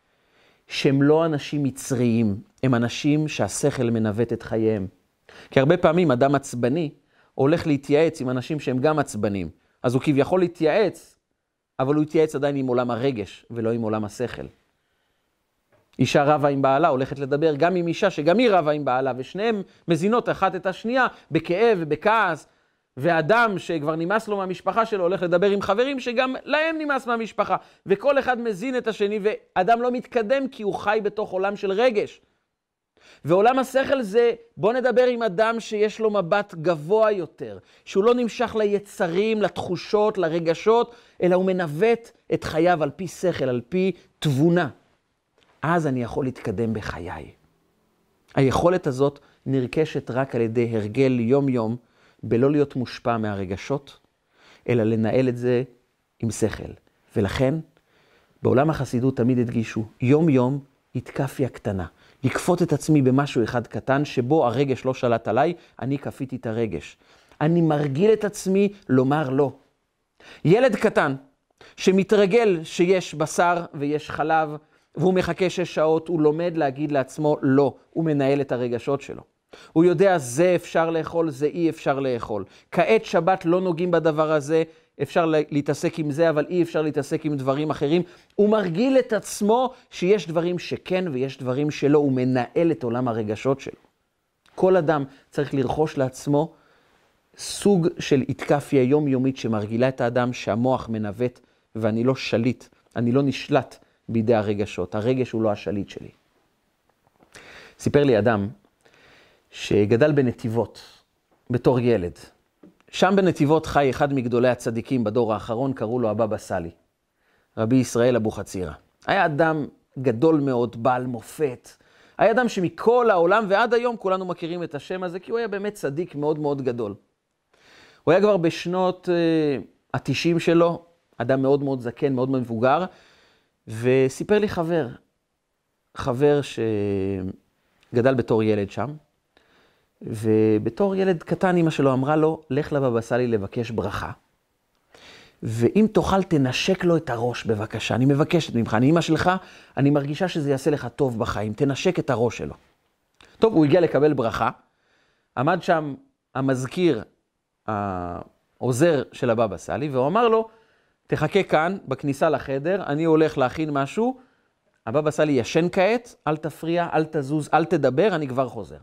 שהם לא אנשים מצריים, הם אנשים שהשכל מנווט את חייהם. כי הרבה פעמים אדם עצבני הולך להתייעץ עם אנשים שהם גם עצבנים. אז הוא כביכול להתייעץ, אבל הוא יתייעץ עדיין עם עולם הרגש, ולא עם עולם השכל. אישה רבה עם בעלה, הולכת לדבר גם עם אישה שגם היא רבה עם בעלה, ושניהם מזינות אחת את השנייה בכאב ובכעס, ואדם שכבר נמאס לו מהמשפחה שלו, הולך לדבר עם חברים שגם להם נמאס מהמשפחה, וכל אחד מזין את השני, ואדם לא מתקדם כי הוא חי בתוך עולם של רגש. ועולם השכל זה, בוא נדבר עם אדם שיש לו מבט גבוה יותר, שהוא לא נמשך ליצרים, לתחושות, לרגשות, אלא הוא מנווט את חייו על פי שכל, על פי תבונה. אז אני יכול להתקדם בחיי. היכולת הזאת נרכשת רק על ידי הרגל יום-יום, בלא להיות מושפע מהרגשות, אלא לנהל את זה עם שכל. ולכן, בעולם החסידות תמיד הדגישו, יום-יום התקפיה קטנה. לקפות את עצמי במשהו אחד קטן, שבו הרגש לא שלט עליי, אני כפיתי את הרגש. אני מרגיל את עצמי לומר לא. ילד קטן שמתרגל שיש בשר ויש חלב, והוא מחכה 6 שעות, הוא לומד להגיד לעצמו לא, הוא מנהל את הרגשות שלו. הוא יודע, זה אפשר לאכול, זה אי אפשר לאכול. כעת שבת לא נוגעים בדבר הזה, אפשר להתעסק עם זה, אבל אי אפשר להתעסק עם דברים אחרים. הוא מרגיל את עצמו שיש דברים שכן ויש דברים שלא, הוא מנהל את עולם הרגשות שלו. כל אדם צריך לרכוש לעצמו סוג של התקפיה יומיומית שמרגילה את האדם שהמוח מנווט, ואני לא שליט, אני לא נשלט בידי הרגשות. הרגש הוא לא השליט שלי. סיפר לי אדם שגדל בנתיבות בתור ילד. שם בנתיבות חי אחד מגדולי הצדיקים בדור האחרון, קראו לו הבבא סאלי, רבי ישראל אבוחצירא. היה אדם גדול מאוד, בעל מופת. היה אדם שמכל העולם ועד היום כולנו מכירים את השם הזה, כי הוא היה באמת צדיק מאוד מאוד גדול. הוא היה כבר בשנות ה-90 שלו, אדם מאוד מאוד זקן, מאוד מבוגר, וסיפר לי חבר שגדל בתור ילד שם, ובתור ילד קטן אמא שלו אמרה לו, לך לבבא סאלי לבקש ברכה, ואם תוכל תנשק לו את הראש בבקשה, אני מבקשת ממך, אני אמא שלך, אני מרגישה שזה יעשה לך טוב בחיים, תנשק את הראש שלו. טוב, הוא הגיע לקבל ברכה, עמד שם המזכיר, העוזר של הבבא סאלי, והוא אמר לו, תחכה כאן בכניסה לחדר, אני הולך להכין משהו, הבבא סאלי ישן כעת, אל תפריע, אל תזוז, אל תדבר, אני כבר חוזר.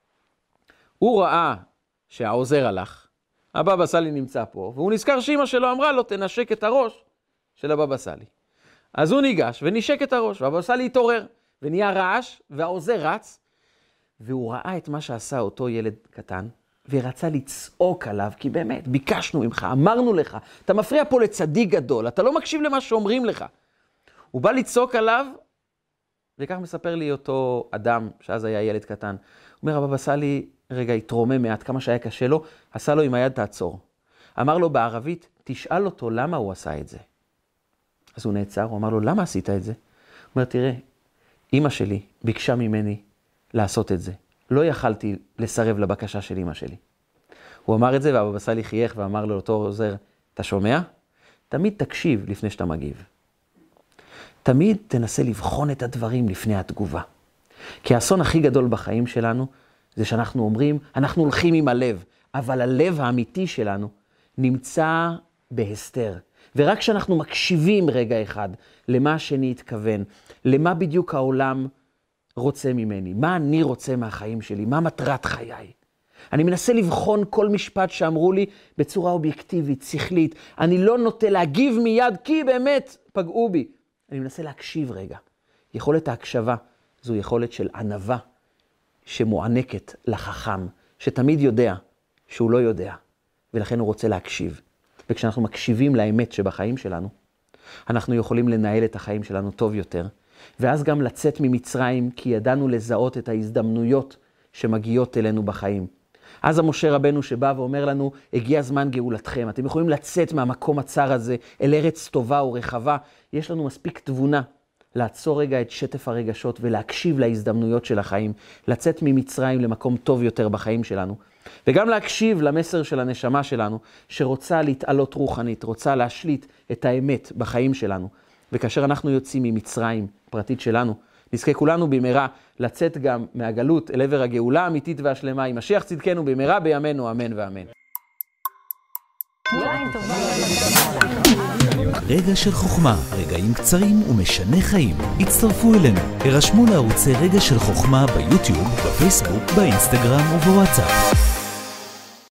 הוא ראה שהעוזר הלך, הבבא סאלי נמצא פה, והוא נזכר שאמא שלו אמרה לו, תנשק את הראש של הבבא סאלי. אז הוא ניגש ונשק את הראש, והבבא סאלי התעורר, ונהיה רעש, והעוזר רץ, והוא ראה את מה שעשה אותו ילד קטן, ורצה לצעוק עליו, כי באמת, ביקשנו ממך, אמרנו לך, אתה מפריע פה לצדיק גדול, אתה לא מקשיב למה שאומרים לך. הוא בא לצעוק עליו, וכך מספר לי אותו אדם, שאז היה ילד קטן. הוא אומר, הבבא סאלי, רגע, התרומם מעט, כמה שהיה קשה לו, עשה לו עם היד תעצור. אמר לו בערבית, תשאל אותו למה הוא עשה את זה. אז הוא נעצר, הוא אמר לו, למה עשית את זה? הוא אומר, תראה, אמא שלי ביקשה ממני לעשות את זה. לא יכלתי לסרב לבקשה של אמא שלי. הוא אמר את זה, והבבא סאלי חייך ואמר לו אותו עוזר, אתה שומע? תמיד תקשיב לפני שאתה מגיב. תמיד תנסה לבחון את הדברים לפני התגובה. כי האסון הכי גדול בחיים שלנו, זה שאנחנו אומרים, אנחנו הולכים עם הלב, אבל הלב האמיתי שלנו נמצא בהסתר. ורק כשאנחנו מקשיבים רגע אחד למה השני התכוון, למה בדיוק העולם רוצה ממני, מה אני רוצה מהחיים שלי, מה מטרת חיי. אני מנסה לבחון כל משפט שאמרו לי בצורה אובייקטיבית, שכלית. אני לא נוטה להגיב מיד כי באמת פגעו בי. אני מנסה להקשיב רגע. יכולת ההקשבה זו יכולת של ענווה שמוענקת לחכם, שתמיד יודע שהוא לא יודע, ולכן הוא רוצה להקשיב. וכשאנחנו מקשיבים לאמת שבחיים שלנו, אנחנו יכולים לנהל את החיים שלנו טוב יותר, ואז גם לצאת ממצרים, כי ידענו לזהות את ההזדמנויות שמגיעות אלינו בחיים. אז המשה רבנו שבא ואומר לנו, הגיע זמן גאולתכם, אתם יכולים לצאת מהמקום הצר הזה, אל ארץ טובה ורחבה. יש לנו מספיק תבונה לעצור רגע את שטף הרגשות ולהקשיב להזדמנויות של החיים, לצאת ממצרים למקום טוב יותר בחיים שלנו, וגם להקשיב למסר של הנשמה שלנו, שרוצה להתעלות רוחנית, רוצה להשליט את האמת בחיים שלנו. וכאשר אנחנו יוצאים ממצרים פרטית שלנו, נזכה כולנו במהרה לצאת גם מהגלות אל עבר הגאולה האמיתית והשלמה עם משיח צדקנו במהרה בימינו, אמן ואמן. רגע של חוכמה, רגעים קצרים ומשנה חיים. הצטרפו אלינו, הרשמו לערוצי רגע של חוכמה ביוטיוב, בפייסבוק, באינסטגרם ובוואטסאפ.